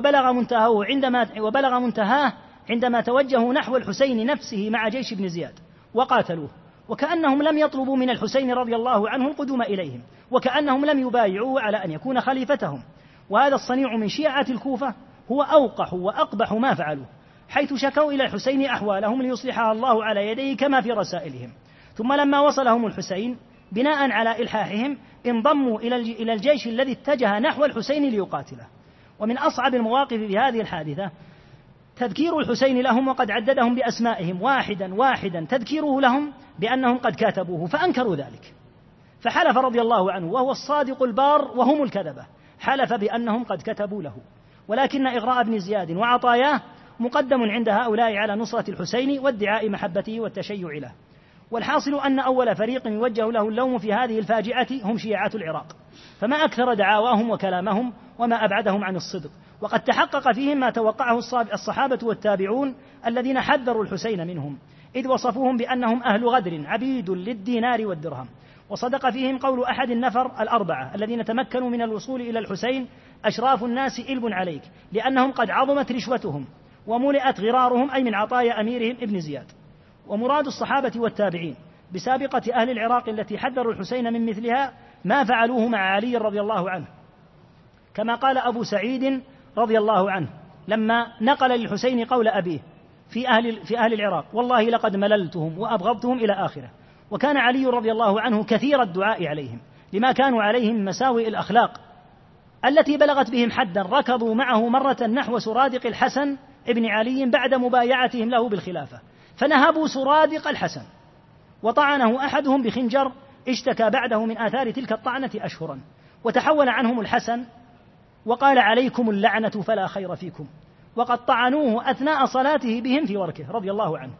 وبلغ منتهاه عندما توجهوا نحو الحسين نفسه مع جيش بن زياد وقاتلوه، وكأنهم لم يطلبوا من الحسين رضي الله عنه القدوم إليهم، وكأنهم لم يبايعوه على أن يكون خليفتهم. وهذا الصنيع من شيعة الكوفة هو أوقح وأقبح ما فعلوه، حيث شكوا إلى الحسين أحوالهم ليصلحها الله على يديه كما في رسائلهم. ثم لما وصلهم الحسين بناء على إلحاحهم انضموا إلى الجيش الذي اتجه نحو الحسين ليقاتله. ومن أصعب المواقف في هذه الحادثة تذكير الحسين لهم، وقد عددهم بأسمائهم واحدا واحدا، تذكيره لهم بأنهم قد كاتبوه فأنكروا ذلك، فحلف رضي الله عنه وهو الصادق البار وهم الكذبة، حلف بأنهم قد كتبوا له. ولكن إغراء ابن زياد وعطاياه مقدم عند هؤلاء على نصرة الحسين وادعاء محبته والتشيع له. والحاصل أن أول فريق يوجه له اللوم في هذه الفاجعة هم شيعة العراق، فما أكثر دعاواهم وكلامهم وما أبعدهم عن الصدق، وقد تحقق فيهم ما توقعه الصحابة والتابعون الذين حذروا الحسين منهم، إذ وصفوهم بأنهم أهل غدر عبيد للدينار والدرهم. وصدق فيهم قول أحد النفر الأربعة الذين تمكنوا من الوصول إلى الحسين: أشراف الناس إلب عليك، لأنهم قد عظمت رشوتهم وملئت غرارهم، أي من عطايا أميرهم ابن زياد. ومراد الصحابة والتابعين بسابقة أهل العراق التي حذروا الحسين من مثلها ما فعلوه مع علي رضي الله عنه، كما قال أبو سعيد رضي الله عنه لما نقل للحسين قول أبيه في أهل العراق: والله لقد مللتهم وأبغضتهم إلى آخره. وكان علي رضي الله عنه كثير الدعاء عليهم لما كانوا عليه من مساوئ الأخلاق التي بلغت بهم حدا. ركضوا معه مرة نحو سرادق الحسن ابن علي بعد مبايعتهم له بالخلافة، فنهبوا سرادق الحسن وطعنه أحدهم بخنجر اشتكى بعده من آثار تلك الطعنة أشهرا. وتحول عنهم الحسن وقال: عليكم اللعنة فلا خير فيكم، وقد طعنوه أثناء صلاته بهم في وركه رضي الله عنه.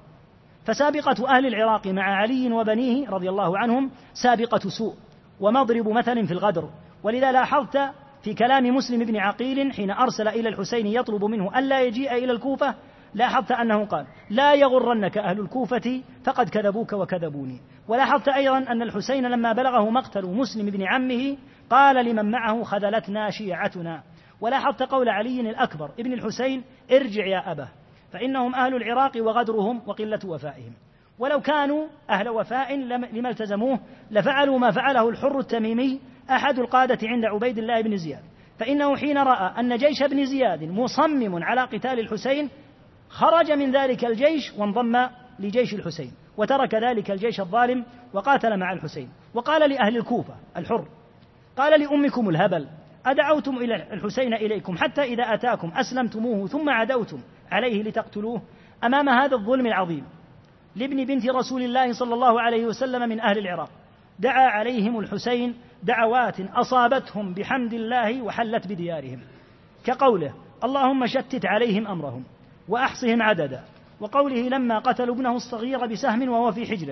فسابقة أهل العراق مع علي وبنيه رضي الله عنهم سابقة سوء ومضرب مثل في الغدر. ولذا لاحظت في كلام مسلم بن عقيل حين أرسل إلى الحسين يطلب منه ألا يجيء إلى الكوفة، لاحظت أنه قال: لا يغرنك أهل الكوفة فقد كذبوك وكذبوني. ولاحظت أيضا أن الحسين لما بلغه مقتل مسلم بن عمه قال لمن معه: خذلتنا شيعتنا. ولاحظت قول علي الأكبر ابن الحسين: ارجع يا أبا، فإنهم أهل العراق وغدرهم وقلة وفائهم. ولو كانوا أهل وفاء لما التزموه لفعلوا ما فعله الحر التميمي أحد القادة عند عبيد الله بن زياد، فإنه حين رأى أن جيش ابن زياد مصمم على قتال الحسين خرج من ذلك الجيش وانضم لجيش الحسين، وترك ذلك الجيش الظالم وقاتل مع الحسين. وقال لأهل الكوفة الحر: قال لأمكم الهبل: أدعوتم إلى الحسين إليكم حتى إذا أتاكم أسلمتموه ثم عدوتم عليه لتقتلوه؟ أمام هذا الظلم العظيم لابن بنت رسول الله صلى الله عليه وسلم من أهل العراق دعا عليهم الحسين دعوات أصابتهم بحمد الله وحلت بديارهم، كقوله: اللهم شتت عليهم أمرهم وأحصهم عددا، وقوله لما قتلوا ابنه الصغير بسهم وهو في حجره: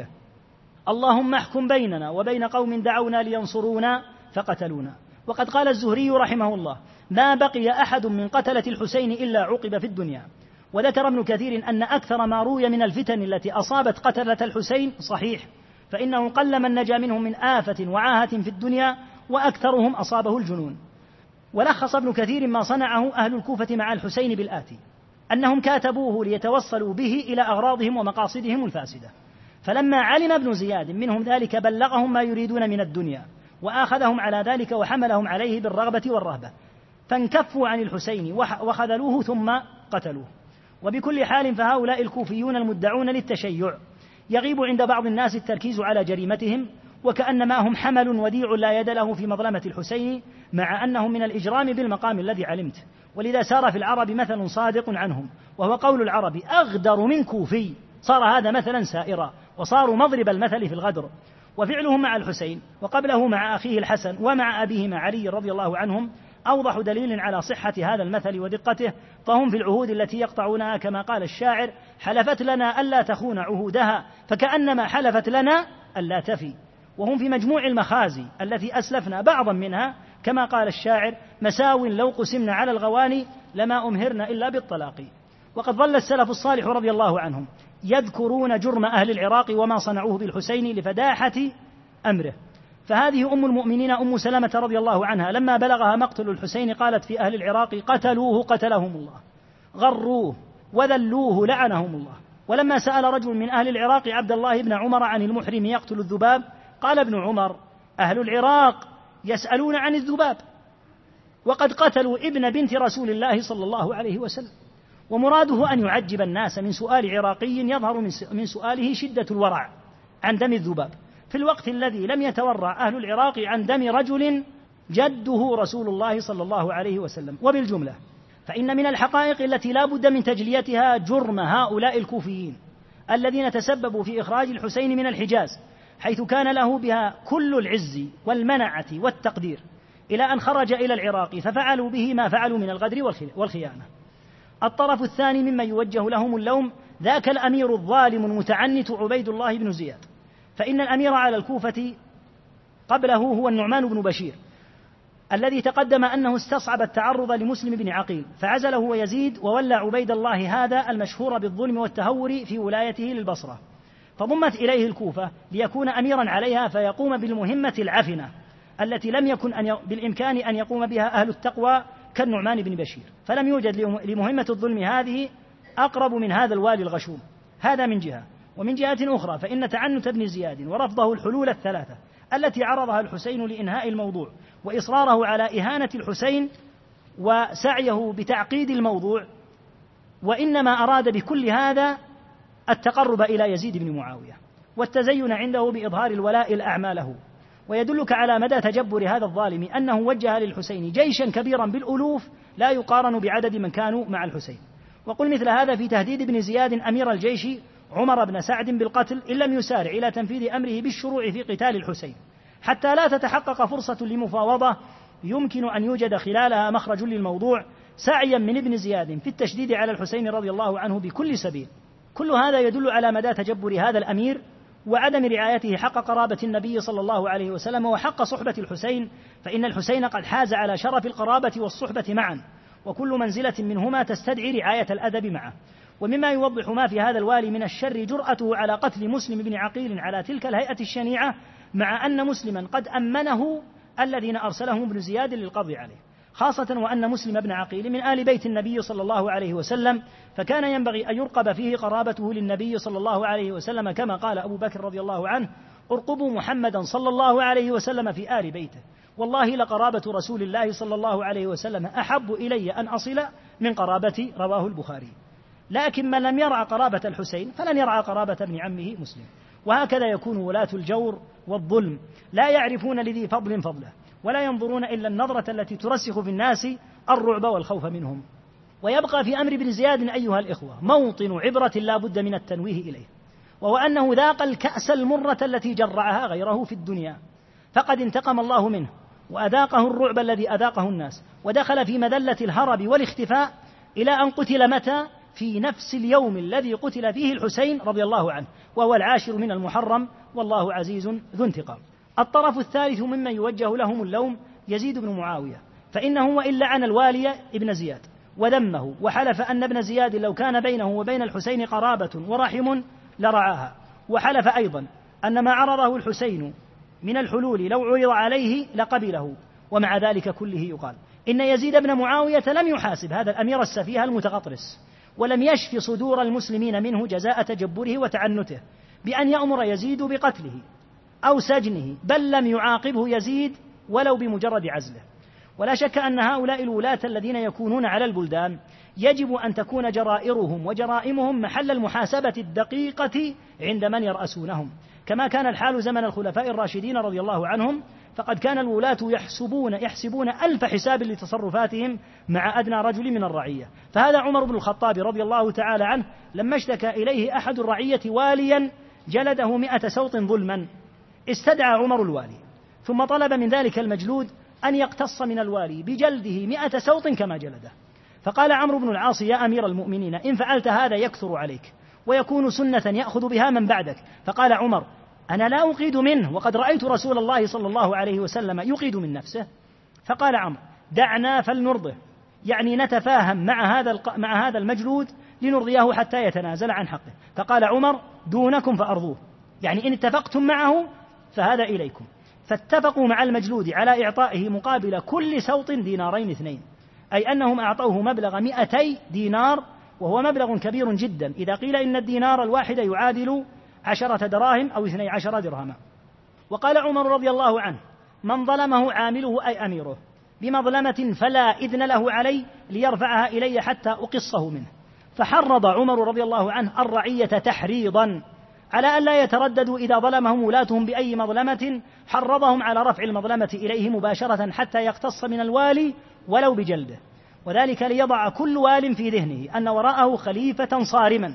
اللهم احكم بيننا وبين قوم دعونا لينصرونا فقتلونا. وقد قال الزهري رحمه الله: ما بقي أحد من قتلة الحسين إلا عوقب في الدنيا. وذكر ابن كثير أن أكثر ما روي من الفتن التي أصابت قتلة الحسين صحيح، فإنه قل من نجا منهم من آفة وعاهة في الدنيا، وأكثرهم أصابه الجنون. ولخص ابن كثير ما صنعه أهل الكوفة مع الحسين بالآتي: أنهم كاتبوه ليتوصلوا به إلى أغراضهم ومقاصدهم الفاسدة، فلما علم ابن زياد منهم ذلك بلغهم ما يريدون من الدنيا، وآخذهم على ذلك وحملهم عليه بالرغبة والرهبة، فانكفوا عن الحسين وخذلوه ثم قتلوه. وبكل حال فهؤلاء الكوفيون المدعون للتشيع يغيب عند بعض الناس التركيز على جريمتهم، وكأنما هم حمل وديع لا يد له في مظلمة الحسين، مع أنهم من الإجرام بالمقام الذي علمت. ولذا سار في العرب مثل صادق عنهم، وهو قول العرب: أغدر من كوفي. صار هذا مثلا سائرا، وصاروا مضرب المثل في الغدر. وفعلهم مع الحسين وقبله مع أخيه الحسن ومع أبيه مع علي رضي الله عنهم أوضح دليل على صحة هذا المثل ودقته، فهم في العهود التي يقطعونها كما قال الشاعر: حلفت لنا ألا تخون عهودها فكأنما حلفت لنا ألا تفي. وهم في مجموع المخازي التي أسلفنا بعضا منها كما قال الشاعر: مساو لو قسمنا على الغواني لما أمهرنا إلا بالطلاق. وقد ظل السلف الصالح رضي الله عنهم يذكرون جرم أهل العراق وما صنعوه بالحسين لفداحة أمره. فهذه أم المؤمنين أم سلمة رضي الله عنها لما بلغها مقتل الحسين قالت في أهل العراق: قتلوه قتلهم الله، غروه وذلوه لعنهم الله. ولما سأل رجل من أهل العراق عبد الله بن عمر عن المحرم يقتل الذباب، قال ابن عمر: أهل العراق يسألون عن الذباب وقد قتلوا ابن بنت رسول الله صلى الله عليه وسلم. ومراده أن يعجب الناس من سؤال عراقي يظهر من سؤاله شدة الورع عن دم الذباب، في الوقت الذي لم يتورع أهل العراق عن دم رجل جده رسول الله صلى الله عليه وسلم. وبالجملة فإن من الحقائق التي لا بد من تجليتها جرم هؤلاء الكوفيين الذين تسببوا في إخراج الحسين من الحجاز، حيث كان له بها كل العز والمنعة والتقدير، إلى أن خرج إلى العراق ففعلوا به ما فعلوا من الغدر والخيانة. الطرف الثاني ممن يوجه لهم اللوم ذاك الأمير الظالم المتعنت عبيد الله بن زياد، فإن الأمير على الكوفة قبله هو النعمان بن بشير، الذي تقدم أنه استصعب التعرض لمسلم بن عقيل فعزله ويزيد، وولى عبيد الله هذا المشهور بالظلم والتهور في ولايته للبصرة، فضمت إليه الكوفة ليكون أميرا عليها فيقوم بالمهمة العفنة التي لم يكن بالإمكان أن يقوم بها أهل التقوى كالنعمان بن بشير، فلم يوجد لمهمة الظلم هذه أقرب من هذا الوالي الغشوم. هذا من جهة. ومن جهة أخرى فإن تعنت ابن زياد ورفضه الحلول الثلاثة التي عرضها الحسين لإنهاء الموضوع، وإصراره على إهانة الحسين وسعيه بتعقيد الموضوع، وإنما أراد بكل هذا التقرب إلى يزيد بن معاوية والتزين عنده بإظهار الولاء الأعمى له. ويدلك على مدى تجبر هذا الظالم أنه وجه للحسين جيشا كبيرا بالألوف لا يقارن بعدد من كانوا مع الحسين. وقل مثل هذا في تهديد ابن زياد أمير الجيش عمر بن سعد بالقتل إن لم يسارع إلى تنفيذ أمره بالشروع في قتال الحسين، حتى لا تتحقق فرصة لمفاوضة يمكن أن يوجد خلالها مخرج للموضوع، سعيا من ابن زياد في التشديد على الحسين رضي الله عنه بكل سبيل. كل هذا يدل على مدى تجبر هذا الأمير وعدم رعايته حق قرابة النبي صلى الله عليه وسلم وحق صحبة الحسين، فإن الحسين قد حاز على شرف القرابة والصحبة معا، وكل منزلة منهما تستدعي رعاية الأدب معه. ومما يوضح ما في هذا الوالي من الشر جرأته على قتل مسلم بن عقيل على تلك الهيئة الشنيعة، مع أن مسلما قد أمنه الذين أرسلهم ابن زياد للقبض عليه، خاصة وأن مسلم بن عقيل من آل بيت النبي صلى الله عليه وسلم، فكان ينبغي أن يرقب فيه قرابته للنبي صلى الله عليه وسلم، كما قال أبو بكر رضي الله عنه: ارقبوا محمدا صلى الله عليه وسلم في آل بيته، والله لقرابة رسول الله صلى الله عليه وسلم أحب إلي أن أصل من قرابتي، رواه البخاري. لكن من لم يرعى قرابة الحسين فلن يرعى قرابة ابن عمه مسلم. وهكذا يكون ولاة الجور والظلم، لا يعرفون لذي فضل فضله، ولا ينظرون إلا النظرة التي ترسخ في الناس الرعب والخوف منهم. ويبقى في أمر ابن زياد أيها الإخوة موطن عبرة لا بد من التنويه إليه، وهو أنه ذاق الكأس المرة التي جرعها غيره في الدنيا، فقد انتقم الله منه وأذاقه الرعب الذي أذاقه الناس، ودخل في مذلة الهرب والاختفاء إلى أن قتل متى؟ في نفس اليوم الذي قتل فيه الحسين رضي الله عنه، وهو 10 من المحرم، والله عزيز ذو انتقام. الطرف الثالث ممن يوجه لهم اللوم يزيد بن معاوية، فإنه وإن لعن الوالي ابن زياد وذمه وحلف أن ابن زياد لو كان بينه وبين الحسين قرابة ورحم لرعاها، وحلف أيضا أن ما عرضه الحسين من الحلول لو عرض عليه لقبله. ومع ذلك كله يقال إن يزيد بن معاوية لم يحاسب هذا الأمير السفيه المتغطرس، ولم يشف صدور المسلمين منه جزاء تجبره وتعنته بأن يأمر يزيد بقتله أو سجنه، بل لم يعاقبه يزيد ولو بمجرد عزله. ولا شك أن هؤلاء الولاة الذين يكونون على البلدان يجب أن تكون جرائرهم وجرائمهم محل المحاسبة الدقيقة عند من يرأسونهم، كما كان الحال زمن الخلفاء الراشدين رضي الله عنهم، فقد كان الولاة يحسبون 1000 حساب لتصرفاتهم مع أدنى رجل من الرعية. فهذا عمر بن الخطاب رضي الله تعالى عنه لما اشتكى إليه أحد الرعية واليا جلده 100 سوط ظلما، استدعى عمر الوالي ثم طلب من ذلك المجلود أن يقتص من الوالي بجلده 100 سوط كما جلده. فقال عمرو بن العاص: يا أمير المؤمنين، إن فعلت هذا يكثر عليك ويكون سنة يأخذ بها من بعدك. فقال عمر: أنا لا أقيد منه، وقد رأيت رسول الله صلى الله عليه وسلم يقيد من نفسه. فقال عمرو: دعنا فلنرضه، يعني نتفاهم مع هذا المجلود لنرضيه حتى يتنازل عن حقه. فقال عمر: دونكم فأرضوه، يعني إن اتفقتم معه فهذا إليكم. فاتفقوا مع المجلود على إعطائه مقابل كل سوط دينارين 2، أي أنهم أعطوه مبلغ 200 دينار، وهو مبلغ كبير جدا إذا قيل إن الدينار الواحد يعادل 10 دراهم أو 12 درهما. وقال عمر رضي الله عنه: من ظلمه عامله أي أميره بمظلمة فلا إذن له علي ليرفعها إلي حتى أقصه منه. فحرض عمر رضي الله عنه الرعية تحريضا على أن لا يترددوا إذا ظلمهم ولاتهم بأي مظلمة، حرضهم على رفع المظلمة إليه مباشرة حتى يقتص من الوالي ولو بجلده، وذلك ليضع كل وال في ذهنه أن وراءه خليفة صارما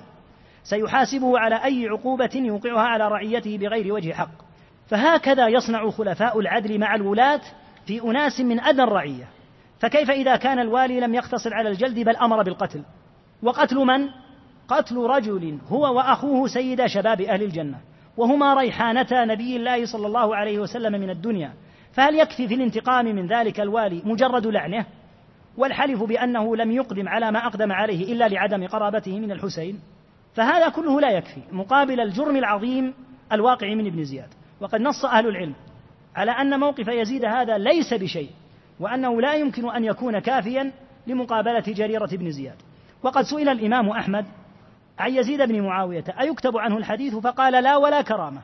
سيحاسبه على أي عقوبة يوقعها على رعيته بغير وجه حق. فهكذا يصنع خلفاء العدل مع الولاة في أناس من أدنى الرعية. فكيف إذا كان الوالي لم يقتصر على الجلد بل أمر بالقتل؟ وقتل من؟ قتل رجل هو وأخوه سيدا شباب أهل الجنة، وهما ريحانتا نبي الله صلى الله عليه وسلم من الدنيا. فهل يكفي في الانتقام من ذلك الوالي مجرد لعنه والحلف بأنه لم يقدم على ما أقدم عليه إلا لعدم قرابته من الحسين؟ فهذا كله لا يكفي مقابل الجرم العظيم الواقع من ابن زياد. وقد نص أهل العلم على أن موقف يزيد هذا ليس بشيء، وأنه لا يمكن أن يكون كافيا لمقابلة جريرة بن زياد. وقد سئل الإمام أحمد عن يزيد بن معاوية أيكتب عنه الحديث؟ فقال: لا ولا كرامة.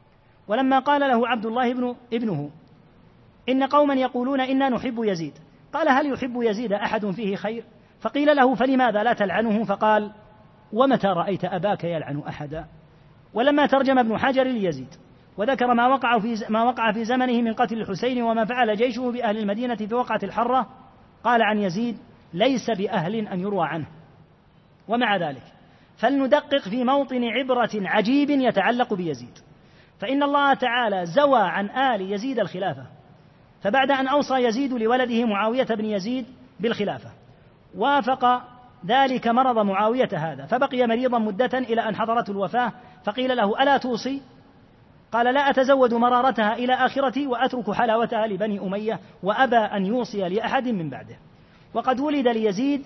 ولما قال له عبد الله ابنه: إن قوما يقولون إنا نحب يزيد، قال: هل يحب يزيد أحد فيه خير؟ فقيل له: فلماذا لا تلعنه؟ فقال: ومتى رأيت أباك يلعن أحدا؟ ولما ترجم ابن حجر ليزيد وذكر ما وقع في زمنه من قتل الحسين وما فعل جيشه بأهل المدينة في وقعة الحرة، قال عن يزيد: ليس بأهل أن يروى عنه. ومع ذلك فلندقق في موطن عبرة عجيب يتعلق بيزيد. فإن الله تعالى زوى عن آل يزيد الخلافة، فبعد أن أوصى يزيد لولده معاوية بن يزيد بالخلافة وافق ذلك مرض معاوية هذا، فبقي مريضا مدة إلى أن حضرته الوفاة، فقيل له: ألا توصي؟ قال: لا أتزود مرارتها إلى آخرتي وأترك حلاوتها لبني أمية، وأبى أن يوصي لأحد من بعده. وقد ولد ليزيد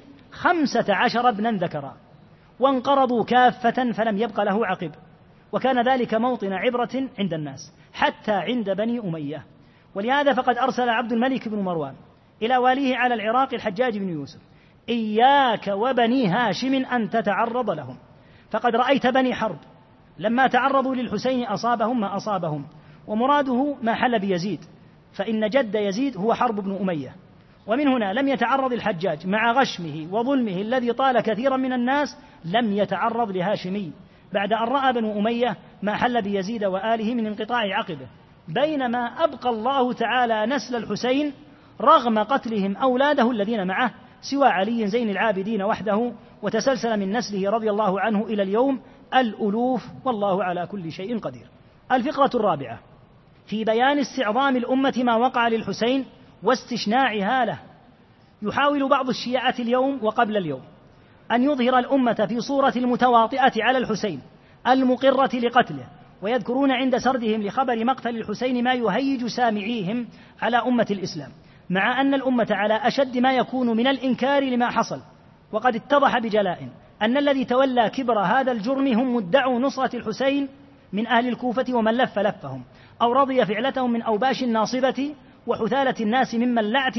15 ابنا ذكرا، وانقرضوا كافة فلم يبق له عقب، وكان ذلك موطن عبرة عند الناس حتى عند بني أمية. ولهذا فقد أرسل عبد الملك بن مروان إلى واليه على العراق الحجاج بن يوسف: إياك وبني هاشم أن تتعرض لهم، فقد رأيت بني حرب لما تعرضوا للحسين أصابهم ما أصابهم، ومراده ما حل بيزيد، فإن جد يزيد هو حرب بن أمية. ومن هنا لم يتعرض الحجاج مع غشمه وظلمه الذي طال كثيرا من الناس، لم يتعرض لهاشمي بعد أن رأى بنو أمية ما حل بيزيد وآله من انقطاع عقبه، بينما أبقى الله تعالى نسل الحسين رغم قتلهم أولاده الذين معه سوى علي زين العابدين وحده، وتسلسل من نسله رضي الله عنه إلى اليوم الألوف، والله على كل شيء قدير. الفقرة الرابعة في بيان استعظام الأمة ما وقع للحسين واستشناعها له. يحاول بعض الشيعة اليوم وقبل اليوم أن يظهر الأمة في صورة المتواطئة على الحسين المقرة لقتله، ويذكرون عند سردهم لخبر مقتل الحسين ما يهيج سامعيهم على أمة الإسلام، مع أن الأمة على أشد ما يكون من الإنكار لما حصل. وقد اتضح بجلاء أن الذي تولى كبر هذا الجرم هم مدعوا نصرة الحسين من أهل الكوفة ومن لف لفهم أو رضي فعلتهم من أوباش الناصبة وحثالة الناس ممن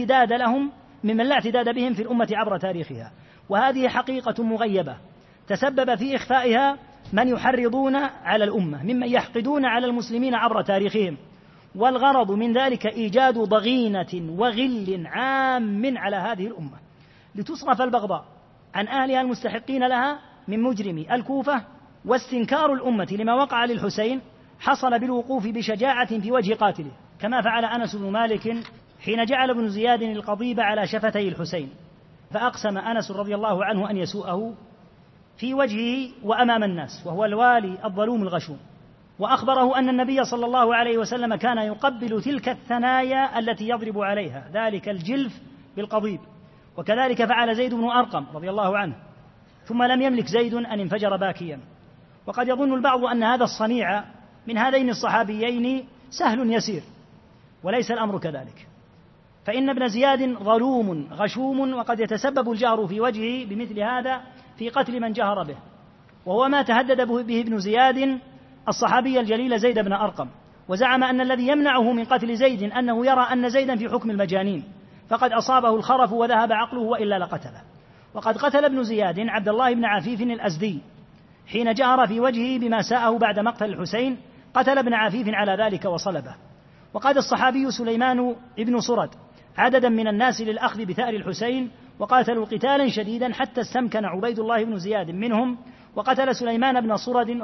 لا اعتداد بهم في الأمة عبر تاريخها. وهذه حقيقة مغيبة تسبب في إخفائها من يحرضون على الأمة ممن يحقدون على المسلمين عبر تاريخهم، والغرض من ذلك إيجاد ضغينة وغل عام على هذه الأمة لتصرف البغضاء عن أهلها المستحقين لها من مجرمي الكوفة. واستنكار الأمة لما وقع للحسين حصل بالوقوف بشجاعة في وجه قاتله، كما فعل أنس بن مالك حين جعل ابن زياد القضيب على شفتي الحسين، فأقسم أنس رضي الله عنه أن يسوءه في وجهه وأمام الناس، وهو الوالي الظلوم الغشوم، وأخبره أن النبي صلى الله عليه وسلم كان يقبل تلك الثنايا التي يضرب عليها ذلك الجلف بالقضيب. وكذلك فعل زيد بن أرقم رضي الله عنه، ثم لم يملك زيد أن انفجر باكيا. وقد يظن البعض أن هذا الصنيع من هذين الصحابيين سهل يسير، وليس الأمر كذلك، فإن ابن زياد ظلوم غشوم، وقد يتسبب الجهر في وجهه بمثل هذا في قتل من جهر به، وهو ما تهدد به ابن زياد الصحابي الجليل زيد بن أرقم، وزعم أن الذي يمنعه من قتل زيد أنه يرى أن زيدا في حكم المجانين، فقد أصابه الخرف وذهب عقله وإلا لقتله. وقد قتل ابن زياد عبد الله بن عفيف الأزدي حين جهر في وجهه بما ساءه بعد مقتل الحسين، قتل ابن عفيف على ذلك وصلبه. وقاد الصحابي سليمان بن صرد عددا من الناس للأخذ بثأر الحسين، وقاتلوا قتالا شديدا حتى استمكن عبيد الله بن زياد منهم، وقتل سليمان بن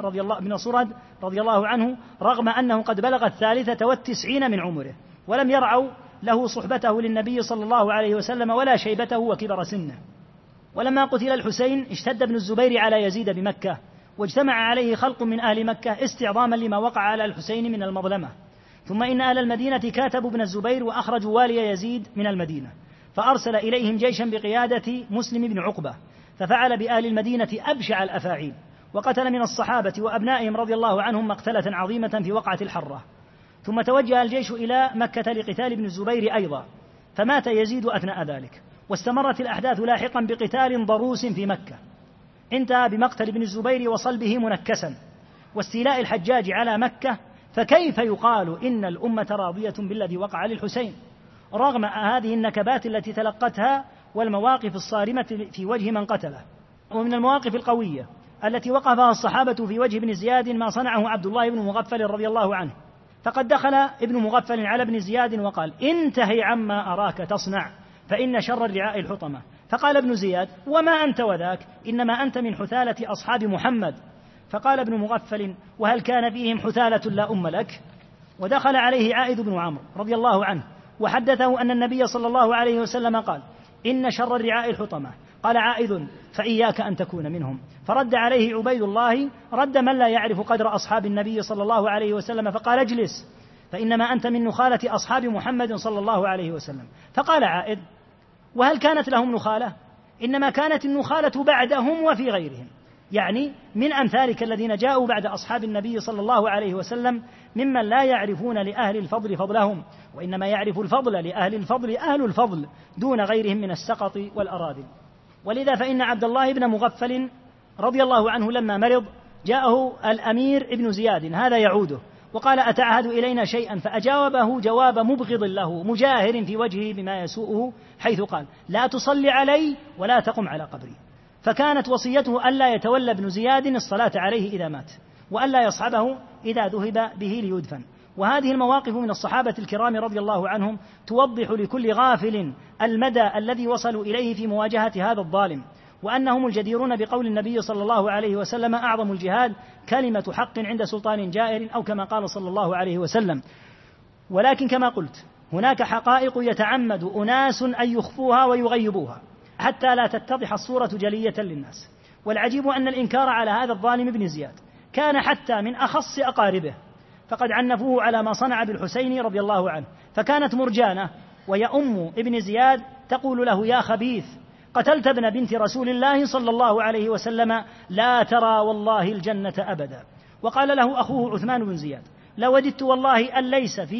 صرد رضي الله عنه رغم أنه قد بلغ 93 من عمره، ولم يرعوا له صحبته للنبي صلى الله عليه وسلم ولا شيبته وكبر سنه. ولما قتل الحسين اشتد ابن الزبير على يزيد بمكة، واجتمع عليه خلق من أهل مكة استعظاما لما وقع على الحسين من المظلمة. ثم إن أهل المدينة كاتبوا ابن الزبير وأخرجوا والي يزيد من المدينة، فأرسل إليهم جيشا بقيادة مسلم بن عقبة، ففعل بأهل المدينة أبشع الأفاعيل، وقتل من الصحابة وأبنائهم رضي الله عنهم مقتلة عظيمة في وقعة الحرة. ثم توجه الجيش إلى مكة لقتال ابن الزبير أيضا، فمات يزيد أثناء ذلك، واستمرت الأحداث لاحقا بقتال ضروس في مكة، انتهى بمقتل ابن الزبير وصلبه منكسا واستيلاء الحجاج على مكة. فكيف يقال إن الأمة راضية بالذي وقع للحسين رغم هذه النكبات التي تلقتها والمواقف الصارمة في وجه من قتله؟ ومن المواقف القوية التي وقفها الصحابة في وجه ابن زياد ما صنعه عبد الله بن مغفل رضي الله عنه، فقد دخل ابن مغفل على ابن زياد وقال: انتهي عما أراك تصنع فإن شر الرعاء الحطمة. فقال ابن زياد: وما أنت وذاك، إنما أنت من حثالة أصحاب محمد. فقال ابن مغفل: وهل كان فيهم حثالة لا أم لك؟ ودخل عليه عائذ بن عمرو رضي الله عنه وحدثه أن النبي صلى الله عليه وسلم قال: إن شر الرعاء الحطمة. قال عائذ: فإياك أن تكون منهم. فرد عليه عبيد الله رد من لا يعرف قدر أصحاب النبي صلى الله عليه وسلم، فقال: اجلس فإنما أنت من نخالة أصحاب محمد صلى الله عليه وسلم. فقال عائذ: وهل كانت لهم نخالة؟ إنما كانت النخالة بعدهم وفي غيرهم، يعني من أمثالك الذين جاءوا بعد أصحاب النبي صلى الله عليه وسلم ممن لا يعرفون لأهل الفضل فضلهم، وإنما يعرف الفضل لأهل الفضل أهل الفضل دون غيرهم من السقط والأراذل. ولذا فإن عبد الله بن مغفل رضي الله عنه لما مرض جاءه الأمير ابن زياد هذا يعوده وقال: أتعهد إلينا شيئا؟ فأجاوبه جواب مبغض له مجاهر في وجهه بما يسوءه، حيث قال: لا تصلي علي ولا تقم على قبري. فكانت وصيته ألا يتولى ابن زياد الصلاة عليه إذا مات، وألا يصحبه إذا ذهب به ليدفن. وهذه المواقف من الصحابة الكرام رضي الله عنهم توضح لكل غافل المدى الذي وصلوا إليه في مواجهة هذا الظالم، وأنهم الجديرون بقول النبي صلى الله عليه وسلم: أعظم الجهاد كلمة حق عند سلطان جائر، أو كما قال صلى الله عليه وسلم. ولكن كما قلت هناك حقائق يتعمد أناس أن يخفوها ويغيبوها حتى لا تتضح الصورة جلية للناس. والعجيب أن الإنكار على هذا الظالم ابن زياد كان حتى من أخص أقاربه، فقد عنفوه على ما صنع بالحسين رضي الله عنه. فكانت مرجانة ويأم ابن زياد تقول له: يا خبيث، قتلت ابن بنت رسول الله صلى الله عليه وسلم، لا ترى والله الجنة أبدا. وقال له أخوه عثمان بن زياد: لوددت والله أن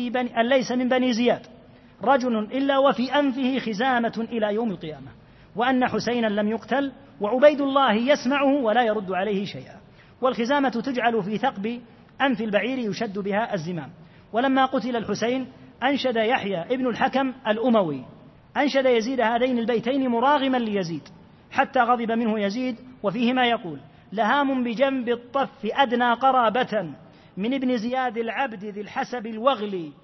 ليس من بني زياد رجل إلا وفي أنفه خزامة إلى يوم القيامة، وأن حسينا لم يقتل وعبيد الله يسمعه ولا يرد عليه شيئا. والخزامة تجعل في ثقب أنف البعير يشد بها الزمام. ولما قتل الحسين أنشد يحيى ابن الحكم الأموي أنشد يزيد هذين البيتين مراغما ليزيد حتى غضب منه يزيد، وفيهما يقول: لهام بجنب الطف أدنى قرابة من ابن زياد العبد ذي الحسب الوغلي،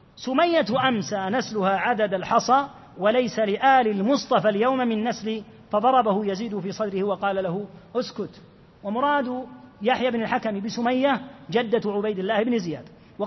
سمية أمسى نسلها عدد الحصى، وليس لآل المصطفى اليوم من نسل. فضربه يزيد في صدره وقال له: اسكت. ومراد يحيى بن الحكم بسمية جدة عبيد الله بن زياد.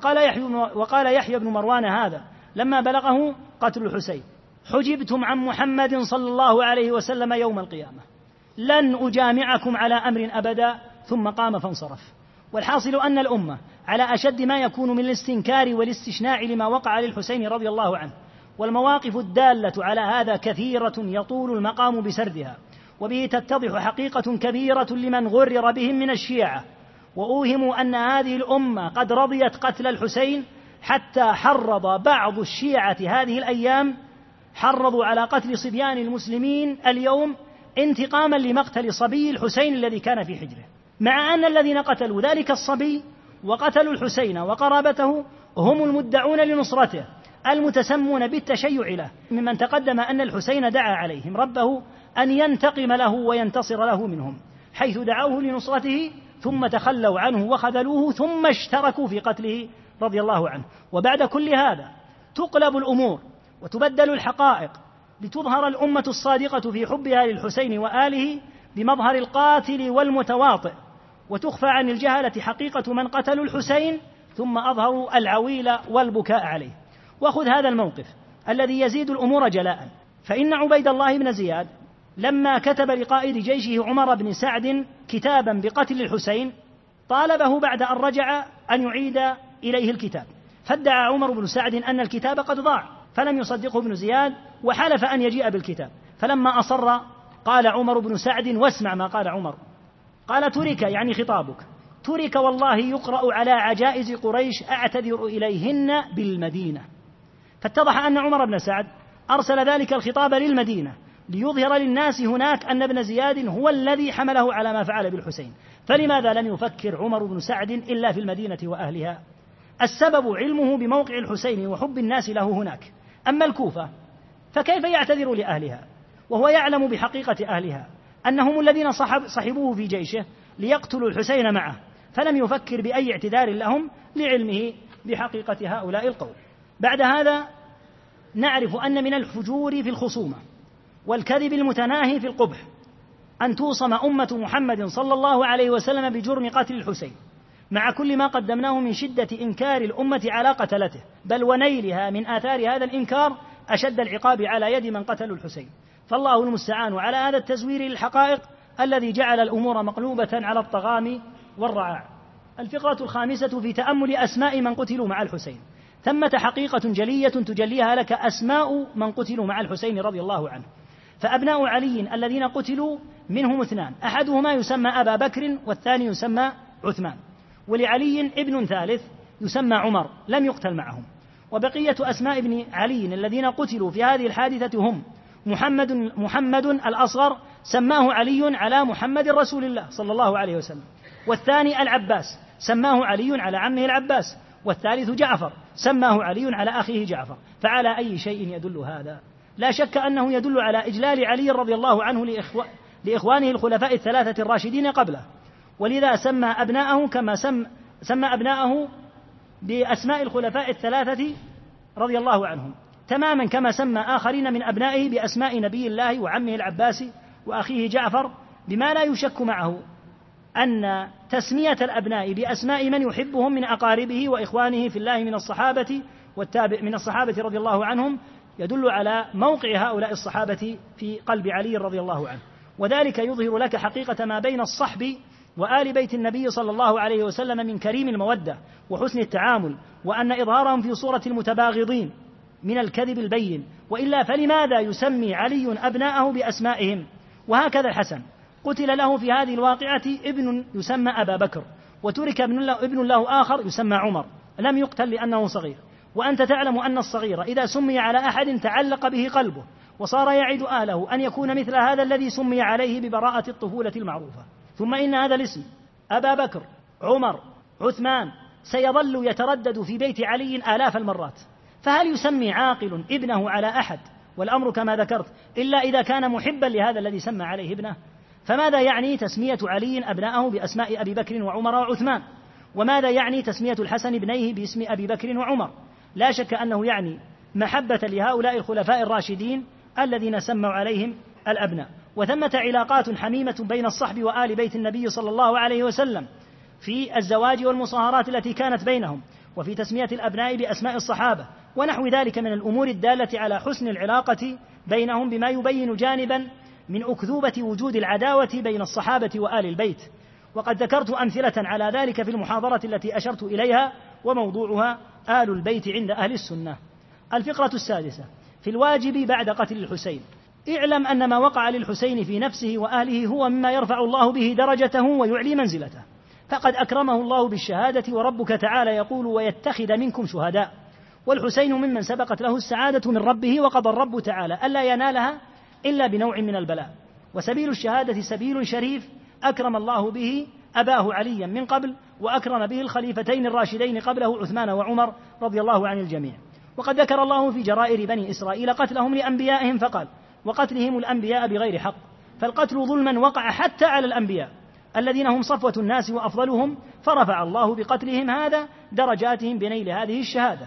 وقال يحيى بن مروان هذا لما بلغه قتل الحسين: حجبتم عن محمد صلى الله عليه وسلم يوم القيامة، لن أجامعكم على أمر أبدا. ثم قام فانصرف. والحاصل أن الأمة على أشد ما يكون من الاستنكار والاستشناع لما وقع للحسين رضي الله عنه، والمواقف الدالة على هذا كثيرة يطول المقام بسردها، وبه تتضح حقيقة كبيرة لمن غرر بهم من الشيعة وأوهموا أن هذه الأمة قد رضيت قتل الحسين، حتى حرض بعض الشيعة هذه الأيام حرضوا على قتل صبيان المسلمين اليوم انتقاما لمقتل صبي الحسين الذي كان في حجره، مع أن الذين قتلوا ذلك الصبي وقتلوا الحسين وقرابته هم المدعون لنصرته المتسمون بالتشيع له، ممن تقدم أن الحسين دعا عليهم ربه أن ينتقم له وينتصر له منهم، حيث دعوه لنصرته ثم تخلوا عنه وخذلوه ثم اشتركوا في قتله رضي الله عنه. وبعد كل هذا تقلب الأمور وتبدل الحقائق لتظهر الأمة الصادقة في حبها للحسين وآله بمظهر القاتل والمتواطئ، وتخفى عن الجهلة حقيقة من قتلوا الحسين ثم أظهروا العويل والبكاء عليه. وخذ هذا الموقف الذي يزيد الأمور جلاء، فإن عبيد الله بن زياد لما كتب لقائد جيشه عمر بن سعد كتابا بقتل الحسين طالبه بعد أن رجع أن يعيد إليه الكتاب، فادعى عمر بن سعد أن الكتاب قد ضاع، فلم يصدقه ابن زياد وحلف أن يجيء بالكتاب. فلما أصر قال عمر بن سعد، واسمع ما قال عمر، قال: ترك، يعني خطابك، ترك والله يقرأ على عجائز قريش أعتذر إليهن بالمدينة. فاتضح أن عمر بن سعد أرسل ذلك الخطاب للمدينة ليظهر للناس هناك أن ابن زياد هو الذي حمله على ما فعل بالحسين. فلماذا لم يفكر عمر بن سعد إلا في المدينة وأهلها؟ السبب علمه بموقع الحسين وحب الناس له هناك. أما الكوفة فكيف يعتذر لأهلها وهو يعلم بحقيقة أهلها أنهم الذين صحبوه في جيشه ليقتلوا الحسين معه، فلم يفكر بأي اعتذار لهم لعلمه بحقيقة هؤلاء القوم. بعد هذا نعرف أن من الفجور في الخصومة والكذب المتناهي في القبح أن توصم أمة محمد صلى الله عليه وسلم بجرم قتل الحسين، مع كل ما قدمناه من شدة إنكار الأمة على قتلته، بل ونيلها من آثار هذا الإنكار أشد العقاب على يد من قتلوا الحسين. فالله المستعان على هذا التزوير للحقائق الذي جعل الأمور مقلوبة على الطغام والرعاع. الفقرة الخامسة في تأمل أسماء من قتلوا مع الحسين. ثمة حقيقة جلية تجليها لك أسماء من قتلوا مع الحسين رضي الله عنه. فأبناء علي الذين قتلوا منهم اثنان، أحدهما يسمى أبا بكر والثاني يسمى عثمان، ولعلي ابن ثالث يسمى عمر لم يقتل معهم. وبقية أسماء ابن علي الذين قتلوا في هذه الحادثة هم محمد الأصغر سماه علي على محمد رسول الله صلى الله عليه وسلم، والثاني العباس سماه علي على عمه العباس، والثالث جعفر سماه علي على أخيه جعفر. فعلى أي شيء يدل هذا؟ لا شك أنه يدل على إجلال علي رضي الله عنه لإخوانه الخلفاء الثلاثة الراشدين قبله، ولذا سمى أبناءه كما سمى أبناءه بأسماء الخلفاء الثلاثة رضي الله عنهم، تماما كما سمى آخرين من أبنائه بأسماء نبي الله وعمه العباس وأخيه جعفر، بما لا يشك معه أن تسمية الأبناء بأسماء من يحبهم من أقاربه وإخوانه في الله من الصحابة رضي الله عنهم يدل على موقع هؤلاء الصحابة في قلب علي رضي الله عنه. وذلك يظهر لك حقيقة ما بين الصحب وآل بيت النبي صلى الله عليه وسلم من كريم المودة وحسن التعامل، وأن إظهارهم في صورة المتباغضين من الكذب البين، وإلا فلماذا يسمي علي أبناءه بأسمائهم؟ وهكذا الحسن قتل له في هذه الواقعة ابن يسمى أبا بكر، وترك ابن له آخر يسمى عمر لم يقتل لأنه صغير. وأنت تعلم أن الصغير إذا سمي على أحد تعلق به قلبه وصار يعد أهله أن يكون مثل هذا الذي سمي عليه ببراءة الطفولة المعروفة. ثم إن هذا الاسم أبا بكر عمر عثمان سيظل يتردد في بيت علي آلاف المرات، فهل يسمي عاقل ابنه على أحد، والأمر كما ذكرت، إلا إذا كان محبا لهذا الذي سمى عليه ابنه؟ فماذا يعني تسمية علي أبناءه بأسماء أبي بكر وعمر وعثمان؟ وماذا يعني تسمية الحسن ابنيه باسم أبي بكر وعمر؟ لا شك أنه يعني محبة لهؤلاء الخلفاء الراشدين الذين سموا عليهم الأبناء. وثمة علاقات حميمة بين الصحب وآل بيت النبي صلى الله عليه وسلم في الزواج والمصاهرات التي كانت بينهم، وفي تسمية الأبناء بأسماء الصحابة ونحو ذلك من الأمور الدالة على حسن العلاقة بينهم، بما يبين جانبا من أكذوبة وجود العداوة بين الصحابة وآل البيت. وقد ذكرت أمثلة على ذلك في المحاضرة التي أشرت إليها، وموضوعها آل البيت عند أهل السنة. الفقرة السادسة في الواجب بعد قتل الحسين. اعلم أن ما وقع للحسين في نفسه وأهله هو مما يرفع الله به درجته ويعلي منزلته، فقد أكرمه الله بالشهادة، وربك تعالى يقول: ويتخذ منكم شهداء. والحسين ممن سبقت له السعادة من ربه، وقضى الرب تعالى ألا ينالها إلا بنوع من البلاء. وسبيل الشهادة سبيل شريف أكرم الله به أباه عليا من قبل، وأكرم به الخليفتين الراشدين قبله عثمان وعمر رضي الله عن الجميع. وقد ذكر الله في جرائر بني إسرائيل قتلهم لأنبيائهم فقال: وقتلهم الأنبياء بغير حق. فالقتل ظلما وقع حتى على الأنبياء الذين هم صفوة الناس وأفضلهم، فرفع الله بقتلهم هذا درجاتهم بنيل هذه الشهادة.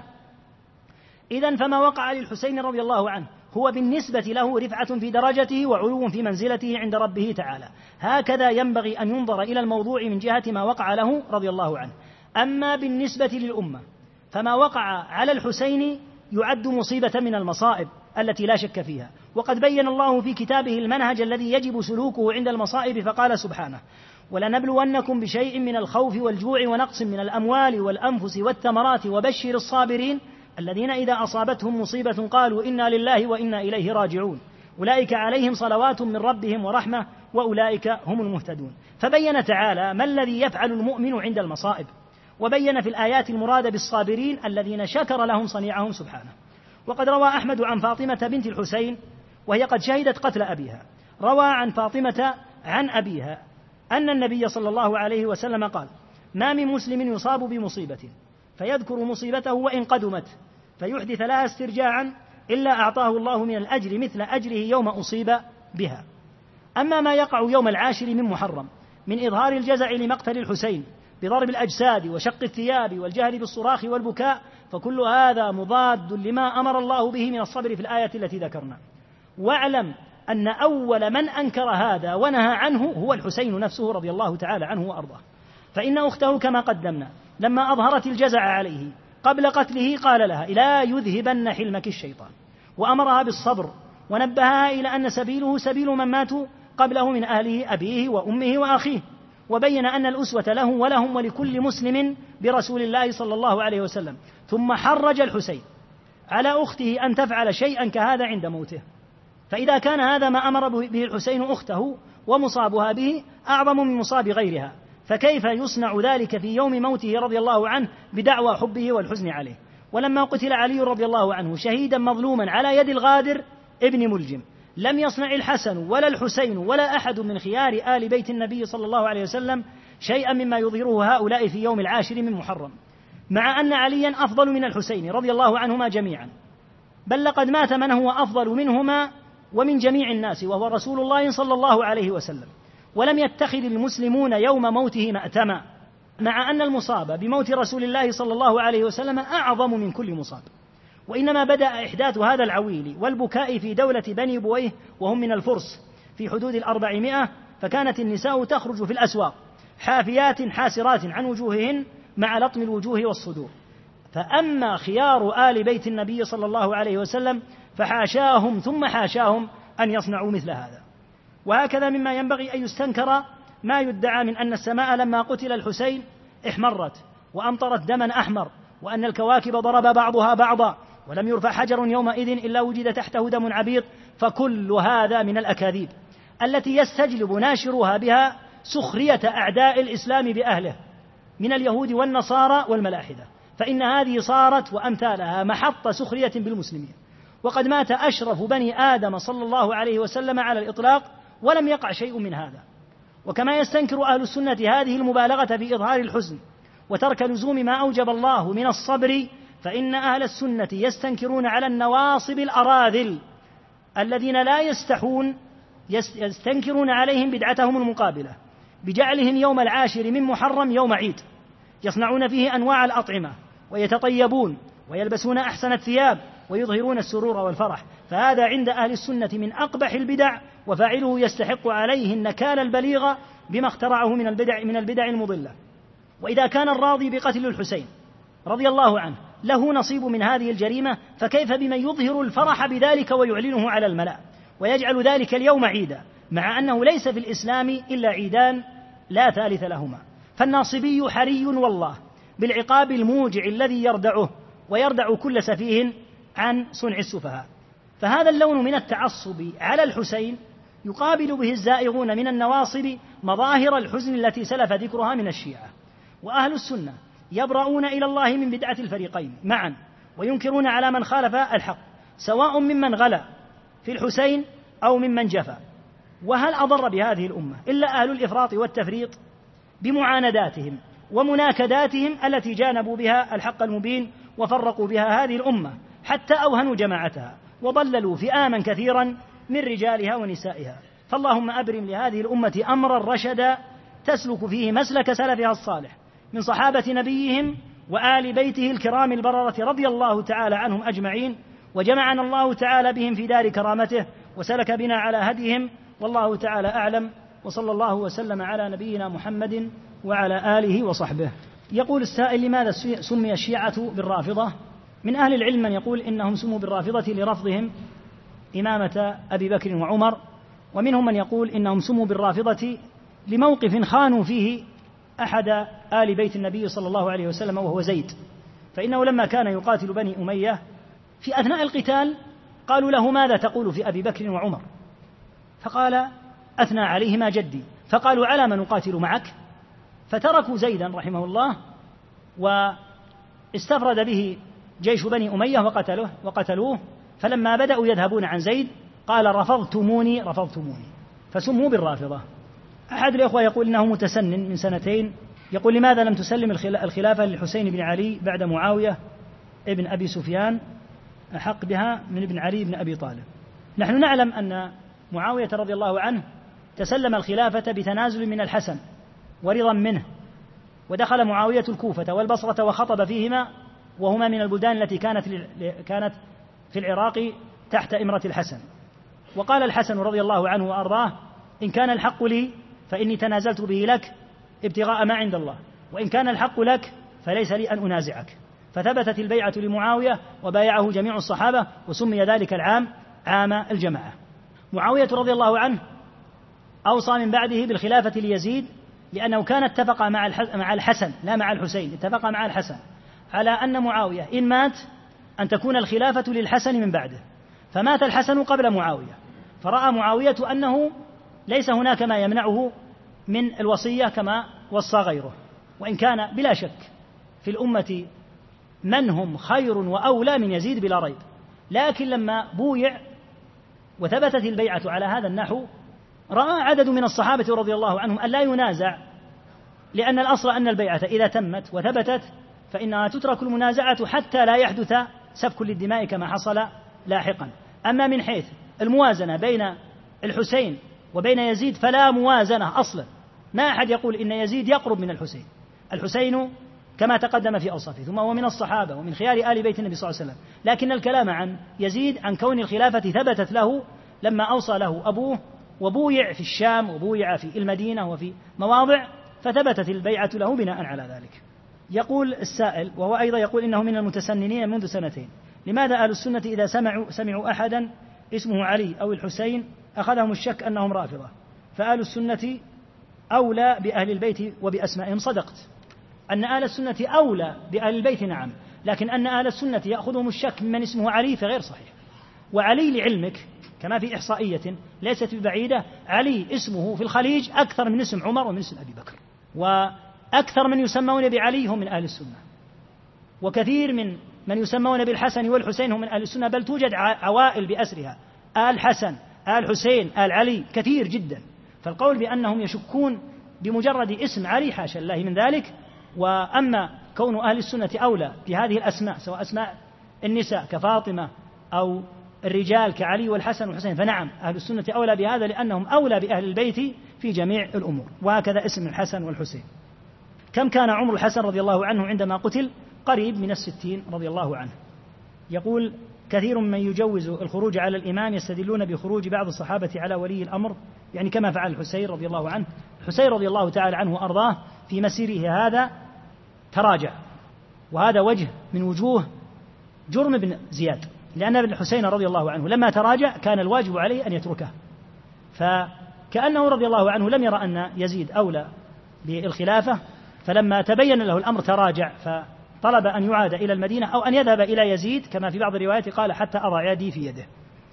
إذن فما وقع للحسين رضي الله عنه هو بالنسبة له رفعة في درجته وعلو في منزلته عند ربه تعالى. هكذا ينبغي أن ينظر إلى الموضوع من جهة ما وقع له رضي الله عنه. أما بالنسبة للأمة فما وقع على الحسين يعد مصيبة من المصائب التي لا شك فيها. وقد بين الله في كتابه المنهج الذي يجب سلوكه عند المصائب، فقال سبحانه: ولنبلونكم بشيء من الخوف والجوع ونقص من الأموال والأنفس والثمرات وبشر الصابرين الذين إذا أصابتهم مصيبة قالوا إنا لله وإنا إليه راجعون أولئك عليهم صلوات من ربهم ورحمة وأولئك هم المهتدون. فبين تعالى ما الذي يفعل المؤمن عند المصائب، وبين في الآيات المراد بالصابرين الذين شكر لهم صنيعهم سبحانه. وقد روى أحمد عن فاطمة بنت الحسين وهي قد شهدت قتل أبيها، روى عن فاطمة عن أبيها أن النبي صلى الله عليه وسلم قال: ما من مسلم يصاب بمصيبة فيذكر مصيبته وإن قدمت فيحدث لها استرجاعا إلا أعطاه الله من الأجر مثل أجره يوم أصيب بها. أما ما يقع يوم 10 من محرم من إظهار الجزع لمقتل الحسين بضرب الأجساد وشق الثياب والجهر بالصراخ والبكاء فكل هذا مضاد لما أمر الله به من الصبر في الآية التي ذكرنا. واعلم أن أول من أنكر هذا ونهى عنه هو الحسين نفسه رضي الله تعالى عنه وأرضاه. فإن أخته كما قدمنا لما أظهرت الجزع عليه قبل قتله قال لها: لا يذهبن حلمك الشيطان، وأمرها بالصبر ونبهها إلى أن سبيله سبيل من ماتوا قبله من أهله أبيه وأمه وأخيه، وبين أن الأسوة له ولهم ولكل مسلم برسول الله صلى الله عليه وسلم. ثم حرج الحسين على أخته أن تفعل شيئا كهذا عند موته. فإذا كان هذا ما أمر به الحسين أخته ومصابها به أعظم من مصاب غيرها، فكيف يصنع ذلك في يوم موته رضي الله عنه بدعوى حبه والحزن عليه؟ ولما قتل علي رضي الله عنه شهيدا مظلوما على يد الغادر ابن ملجم لم يصنع الحسن ولا الحسين ولا أحد من خيار آل بيت النبي صلى الله عليه وسلم شيئا مما يظهره هؤلاء في يوم 10 من محرم، مع أن عليا أفضل من الحسين رضي الله عنهما جميعا، بل لقد مات من هو أفضل منهما ومن جميع الناس وهو رسول الله صلى الله عليه وسلم. ولم يتخذ المسلمون يوم موته مأتما، مع أن المصاب بموت رسول الله صلى الله عليه وسلم أعظم من كل مصاب. وإنما بدأ إحداث هذا العويل والبكاء في دولة بني بويه وهم من الفرس في حدود 400، فكانت النساء تخرج في الأسواق حافيات حاسرات عن وجوههن مع لطم الوجوه والصدور. فأما خيار آل بيت النبي صلى الله عليه وسلم فحاشاهم ثم حاشاهم أن يصنعوا مثل هذا. وهكذا مما ينبغي أن يستنكر ما يدعى من أن السماء لما قتل الحسين احمرت وأمطرت دما أحمر، وأن الكواكب ضرب بعضها بعضا ولم يرفع حجر يومئذ إلا وجد تحته دم عبيط. فكل هذا من الأكاذيب التي يستجلب ناشروها بها سخرية أعداء الإسلام بأهله من اليهود والنصارى والملاحدة، فإن هذه صارت وأمثالها محط سخرية بالمسلمين. وقد مات أشرف بني آدم صلى الله عليه وسلم على الإطلاق ولم يقع شيء من هذا. وكما يستنكر أهل السنة هذه المبالغة في إظهار الحزن وترك لزوم ما أوجب الله من الصبر، فإن أهل السنة يستنكرون على النواصب الأراذل الذين لا يستحون، يستنكرون عليهم بدعتهم المقابلة بجعلهم يوم 10 من محرم يوم عيد يصنعون فيه أنواع الأطعمة ويتطيبون ويلبسون أحسن الثياب ويظهرون السرور والفرح. فهذا عند أهل السنة من أقبح البدع، وفاعله يستحق عليه النكال البليغ بما اخترعه من البدع المضلة. وإذا كان الراضي بقتل الحسين رضي الله عنه له نصيب من هذه الجريمة، فكيف بمن يظهر الفرح بذلك ويعلنه على الملأ ويجعل ذلك اليوم عيدا، مع أنه ليس في الإسلام إلا عيدان لا ثالث لهما. فالناصبي حري والله بالعقاب الموجع الذي يردعه ويردع كل سفيه عن صنع السفهاء. فهذا اللون من التعصب على الحسين يقابل به الزائغون من النواصب مظاهر الحزن التي سلف ذكرها من الشيعة. وأهل السنة يبرؤون إلى الله من بدعة الفريقين معا، وينكرون على من خالف الحق، سواء ممن غلا في الحسين أو ممن جفا. وهل أضر بهذه الأمة إلا أهل الإفراط والتفريط بمعانداتهم ومناكداتهم التي جانبوا بها الحق المبين وفرقوا بها هذه الأمة حتى أوهنوا جماعتها وضللوا فئاما كثيرا من رجالها ونسائها. فاللهم أبرم لهذه الأمة أمرا رشدا تسلك فيه مسلك سلفها الصالح من صحابة نبيهم وآل بيته الكرام البررة رضي الله تعالى عنهم أجمعين، وجمعنا الله تعالى بهم في دار كرامته وسلك بنا على هديهم، والله تعالى أعلم، وصلى الله وسلم على نبينا محمد وعلى آله وصحبه. يقول السائل: لماذا سمي الشيعة بالرافضة؟ من أهل العلم من يقول إنهم سموا بالرافضة لرفضهم إمامة أبي بكر وعمر، ومنهم من يقول إنهم سموا بالرافضة لموقف خانوا فيه أحد آل بيت النبي صلى الله عليه وسلم وهو زيد، فإنه لما كان يقاتل بني أمية في أثناء القتال قالوا له: ماذا تقول في أبي بكر وعمر؟ فقال: أثنى عليهما جدي. فقالوا: على من نقاتل معك؟ فتركوا زيدا رحمه الله واستفرد به جيش بني أمية وقتلوه. فلما بدأوا يذهبون عن زيد قال: رفضتموني رفضتموني، فسموا بالرافضة. أحد الإخوة يقول إنه متسنن من 2 سنين، يقول: لماذا لم تسلم الخلافة للحسين بن علي بعد معاوية ابن أبي سفيان أحق بها من ابن علي بن أبي طالب؟ نحن نعلم أن معاوية رضي الله عنه تسلم الخلافة بتنازل من الحسن ورضا منه، ودخل معاوية الكوفة والبصرة وخطب فيهما، وهما من البلدان التي كانت في العراق تحت إمرة الحسن. وقال الحسن رضي الله عنه وأرضاه: إن كان الحق لي فإني تنازلت به لك ابتغاء ما عند الله، وإن كان الحق لك فليس لي أن أنازعك. فثبتت البيعة لمعاوية وبايعه جميع الصحابة، وسمي ذلك العام عام الجماعة. معاوية رضي الله عنه أوصى من بعده بالخلافة ليزيد، لأنه كان اتفق مع الحسن لا مع الحسين، اتفق مع الحسن على أن معاوية إن مات أن تكون الخلافة للحسن من بعده، فمات الحسن قبل معاوية، فرأى معاوية أنه ليس هناك ما يمنعه من الوصية كما وصى غيره، وإن كان بلا شك في الأمة من هم خير وأولى من يزيد بلا ريب، لكن لما بويع وثبتت البيعة على هذا النحو رأى عدد من الصحابة رضي الله عنهم أن لا ينازع، لأن الأصل أن البيعة إذا تمت وثبتت فإنها تترك المنازعة حتى لا يحدث سفك للدماء كما حصل لاحقا. أما من حيث الموازنة بين الحسين وبين يزيد فلا موازنة أصلا، ما أحد يقول إن يزيد يقرب من الحسين. الحسين كما تقدم في أوصافه ثم هو من الصحابة ومن خيار آل بيت النبي صلى الله عليه وسلم، لكن الكلام عن يزيد عن كون الخلافة ثبتت له لما أوصى له أبوه وبويع في الشام وبويع في المدينة وفي مواضع، فثبتت البيعة له بناء على ذلك. يقول السائل وهو أيضا يقول إنه من المتسننين منذ 2 سنين: لماذا أهل السنة إذا سمعوا أحدا اسمه علي أو الحسين أخذهم الشك أنهم رافضة، فأهل السنة أولى بأهل البيت وبأسمائهم؟ صدقت أن أهل السنة أولى بأهل البيت، نعم، لكن أن أهل السنة يأخذهم الشك ممن اسمه علي فغير صحيح. وعلي لعلمك كما في إحصائية ليست ببعيدة، علي اسمه في الخليج أكثر من اسم عمر ومن اسم أبي بكر، وأكثر من يسمون بعلي هم من أهل السنة، وكثير من يسمون بالحسن والحسين هم من أهل السنة، بل توجد عوائل بأسرها آل حسن آل حسين آل علي كثير جدا. فالقول بأنهم يشكون بمجرد اسم علي حاشا الله من ذلك. وأما كون أهل السنة أولى بهذه الأسماء سواء أسماء النساء كفاطمة أو الرجال كعلي والحسن والحسين، فنعم أهل السنة أولى بهذا لأنهم أولى بأهل البيت في جميع الأمور، وهكذا اسم الحسن والحسين. كم كان عمر الحسن رضي الله عنه عندما قتل؟ قريب من 60 رضي الله عنه. يقول: كثير من يجوز الخروج على الإمام يستدلون بخروج بعض الصحابة على ولي الأمر، يعني كما فعل الحسين رضي الله عنه. الحسين رضي الله تعالى عنه وأرضاه في مسيره هذا تراجع، وهذا وجه من وجوه جرم بن زياد، لأن ابن الحسين رضي الله عنه لما تراجع كان الواجب عليه أن يتركه، فكأنه رضي الله عنه لم يرى أن يزيد أولى بالخلافة، فلما تبين له الأمر تراجع فطلب أن يعاد إلى المدينة أو أن يذهب إلى يزيد، كما في بعض الروايات قال: حتى أضع يدي في يده.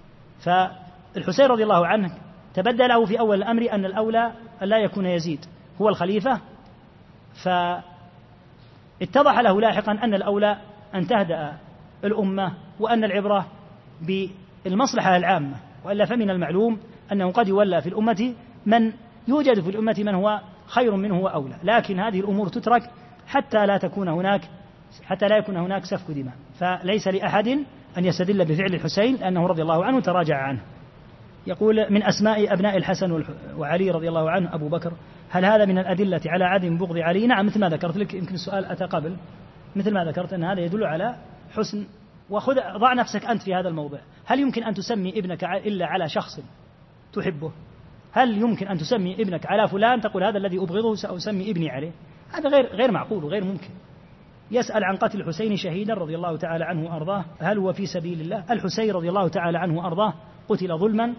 فالحسين رضي الله عنه تبدى له في أول الأمر أن الأولى أن لا يكون يزيد هو الخليفة، فاتضح له لاحقا أن الأولى أن تهدأ الأمة وأن العبرة بالمصلحة العامة، وإلا فمن المعلوم أنه قد يولى في الأمة من يوجد في الأمة من هو خير منه وأولى، لكن هذه الأمور تترك حتى لا يكون هناك سفك دماء. فليس لأحد أن يستدل بفعل الحسين لأنه رضي الله عنه تراجع عنه. يقول: من أسماء أبناء الحسن وعلي رضي الله عنه أبو بكر، هل هذا من الأدلة على عدم بغض علي؟ نعم، مثل ما ذكرت لك، يمكن السؤال أتى قبل، مثل ما ذكرت أن هذا يدل على حسن. ضع نفسك أنت في هذا الموضع، هل يمكن أن تسمي ابنك إلا على شخص تحبه؟ هل يمكن أن تسمي ابنك على فلان تقول هذا الذي أبغضه سأسمي ابني عليه؟ هذا غير معقول وغير ممكن. يسأل عن قتل الحسين شهيدا رضي الله تعالى عنه وأرضاه، هل هو في سبيل الله؟ الحسين رضي الله تعالى عنه وأرضاه قتل ظلما،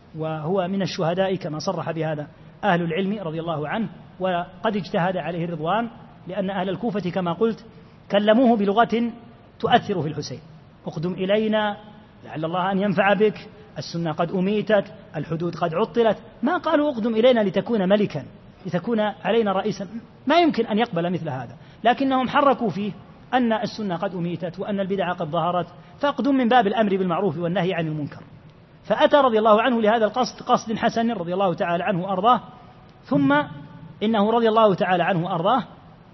وهو من الشهداء كما صرح بهذا أهل العلم رضي الله عنه، وقد اجتهد عليه الرضوان، لأن أهل الكوفة كما قلت كلموه بلغة تؤثر في الحسين: اقدم إلينا لعل الله أن ينفع بك، السنة قد أميتت، الحدود قد عطلت. ما قالوا اقدم إلينا لتكون ملكا، لتكون علينا رئيسا، ما يمكن أن يقبل مثل هذا، لكنهم حركوا فيه أن السنة قد أميتت وأن البدع قد ظهرت، فاقدم من باب الأمر بالمعروف والنهي عن المنكر. فأتى رضي الله عنه لهذا القصد، قصد حسن رضي الله تعالى عنه وأرضاه. ثم إنه رضي الله تعالى عنه وأرضاه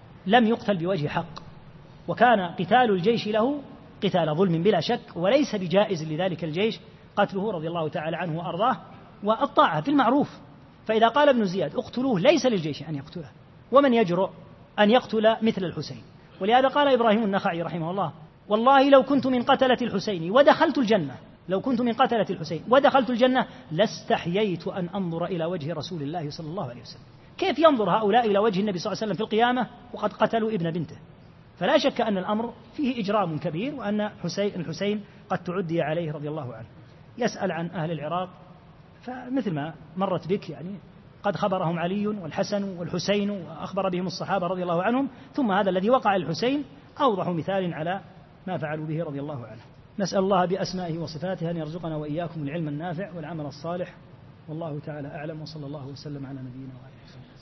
لم يقتل بوجه حق، وكان قتال الجيش له قتال ظلم بلا شك، وليس بجائز لذلك الجيش قتله رضي الله تعالى عنه وأرضاه، والطاعة في المعروف. فإذا قال ابن زياد اقتلوه ليس للجيش أن يقتله، ومن يجرؤ أن يقتل مثل الحسين؟ ولهذا قال إبراهيم النخعي رحمه الله: والله لو كنت من قتلة الحسين ودخلت الجنة، لو كنت من قتلة الحسين ودخلت الجنة لاستحييت أن أنظر إلى وجه رسول الله صلى الله عليه وسلم. كيف ينظر هؤلاء إلى وجه النبي صلى الله عليه وسلم في القيامة وقد قتلوا ابن بنته؟ فلا شك أن الأمر فيه إجرام كبير، وأن الحسين قد تعدي عليه رضي الله عنه. يسأل عن أهل العراق، فمثل ما مرت بك يعني قد خبرهم علي والحسن والحسين وأخبر بهم الصحابة رضي الله عنهم، ثم هذا الذي وقع الحسين أوضح مثال على ما فعلوا به رضي الله عنه. نسأل الله بأسمائه وصفاته أن يرزقنا وإياكم العلم النافع والعمل الصالح، والله تعالى أعلم، وصلى الله وسلم على نبينا وآله وسلم.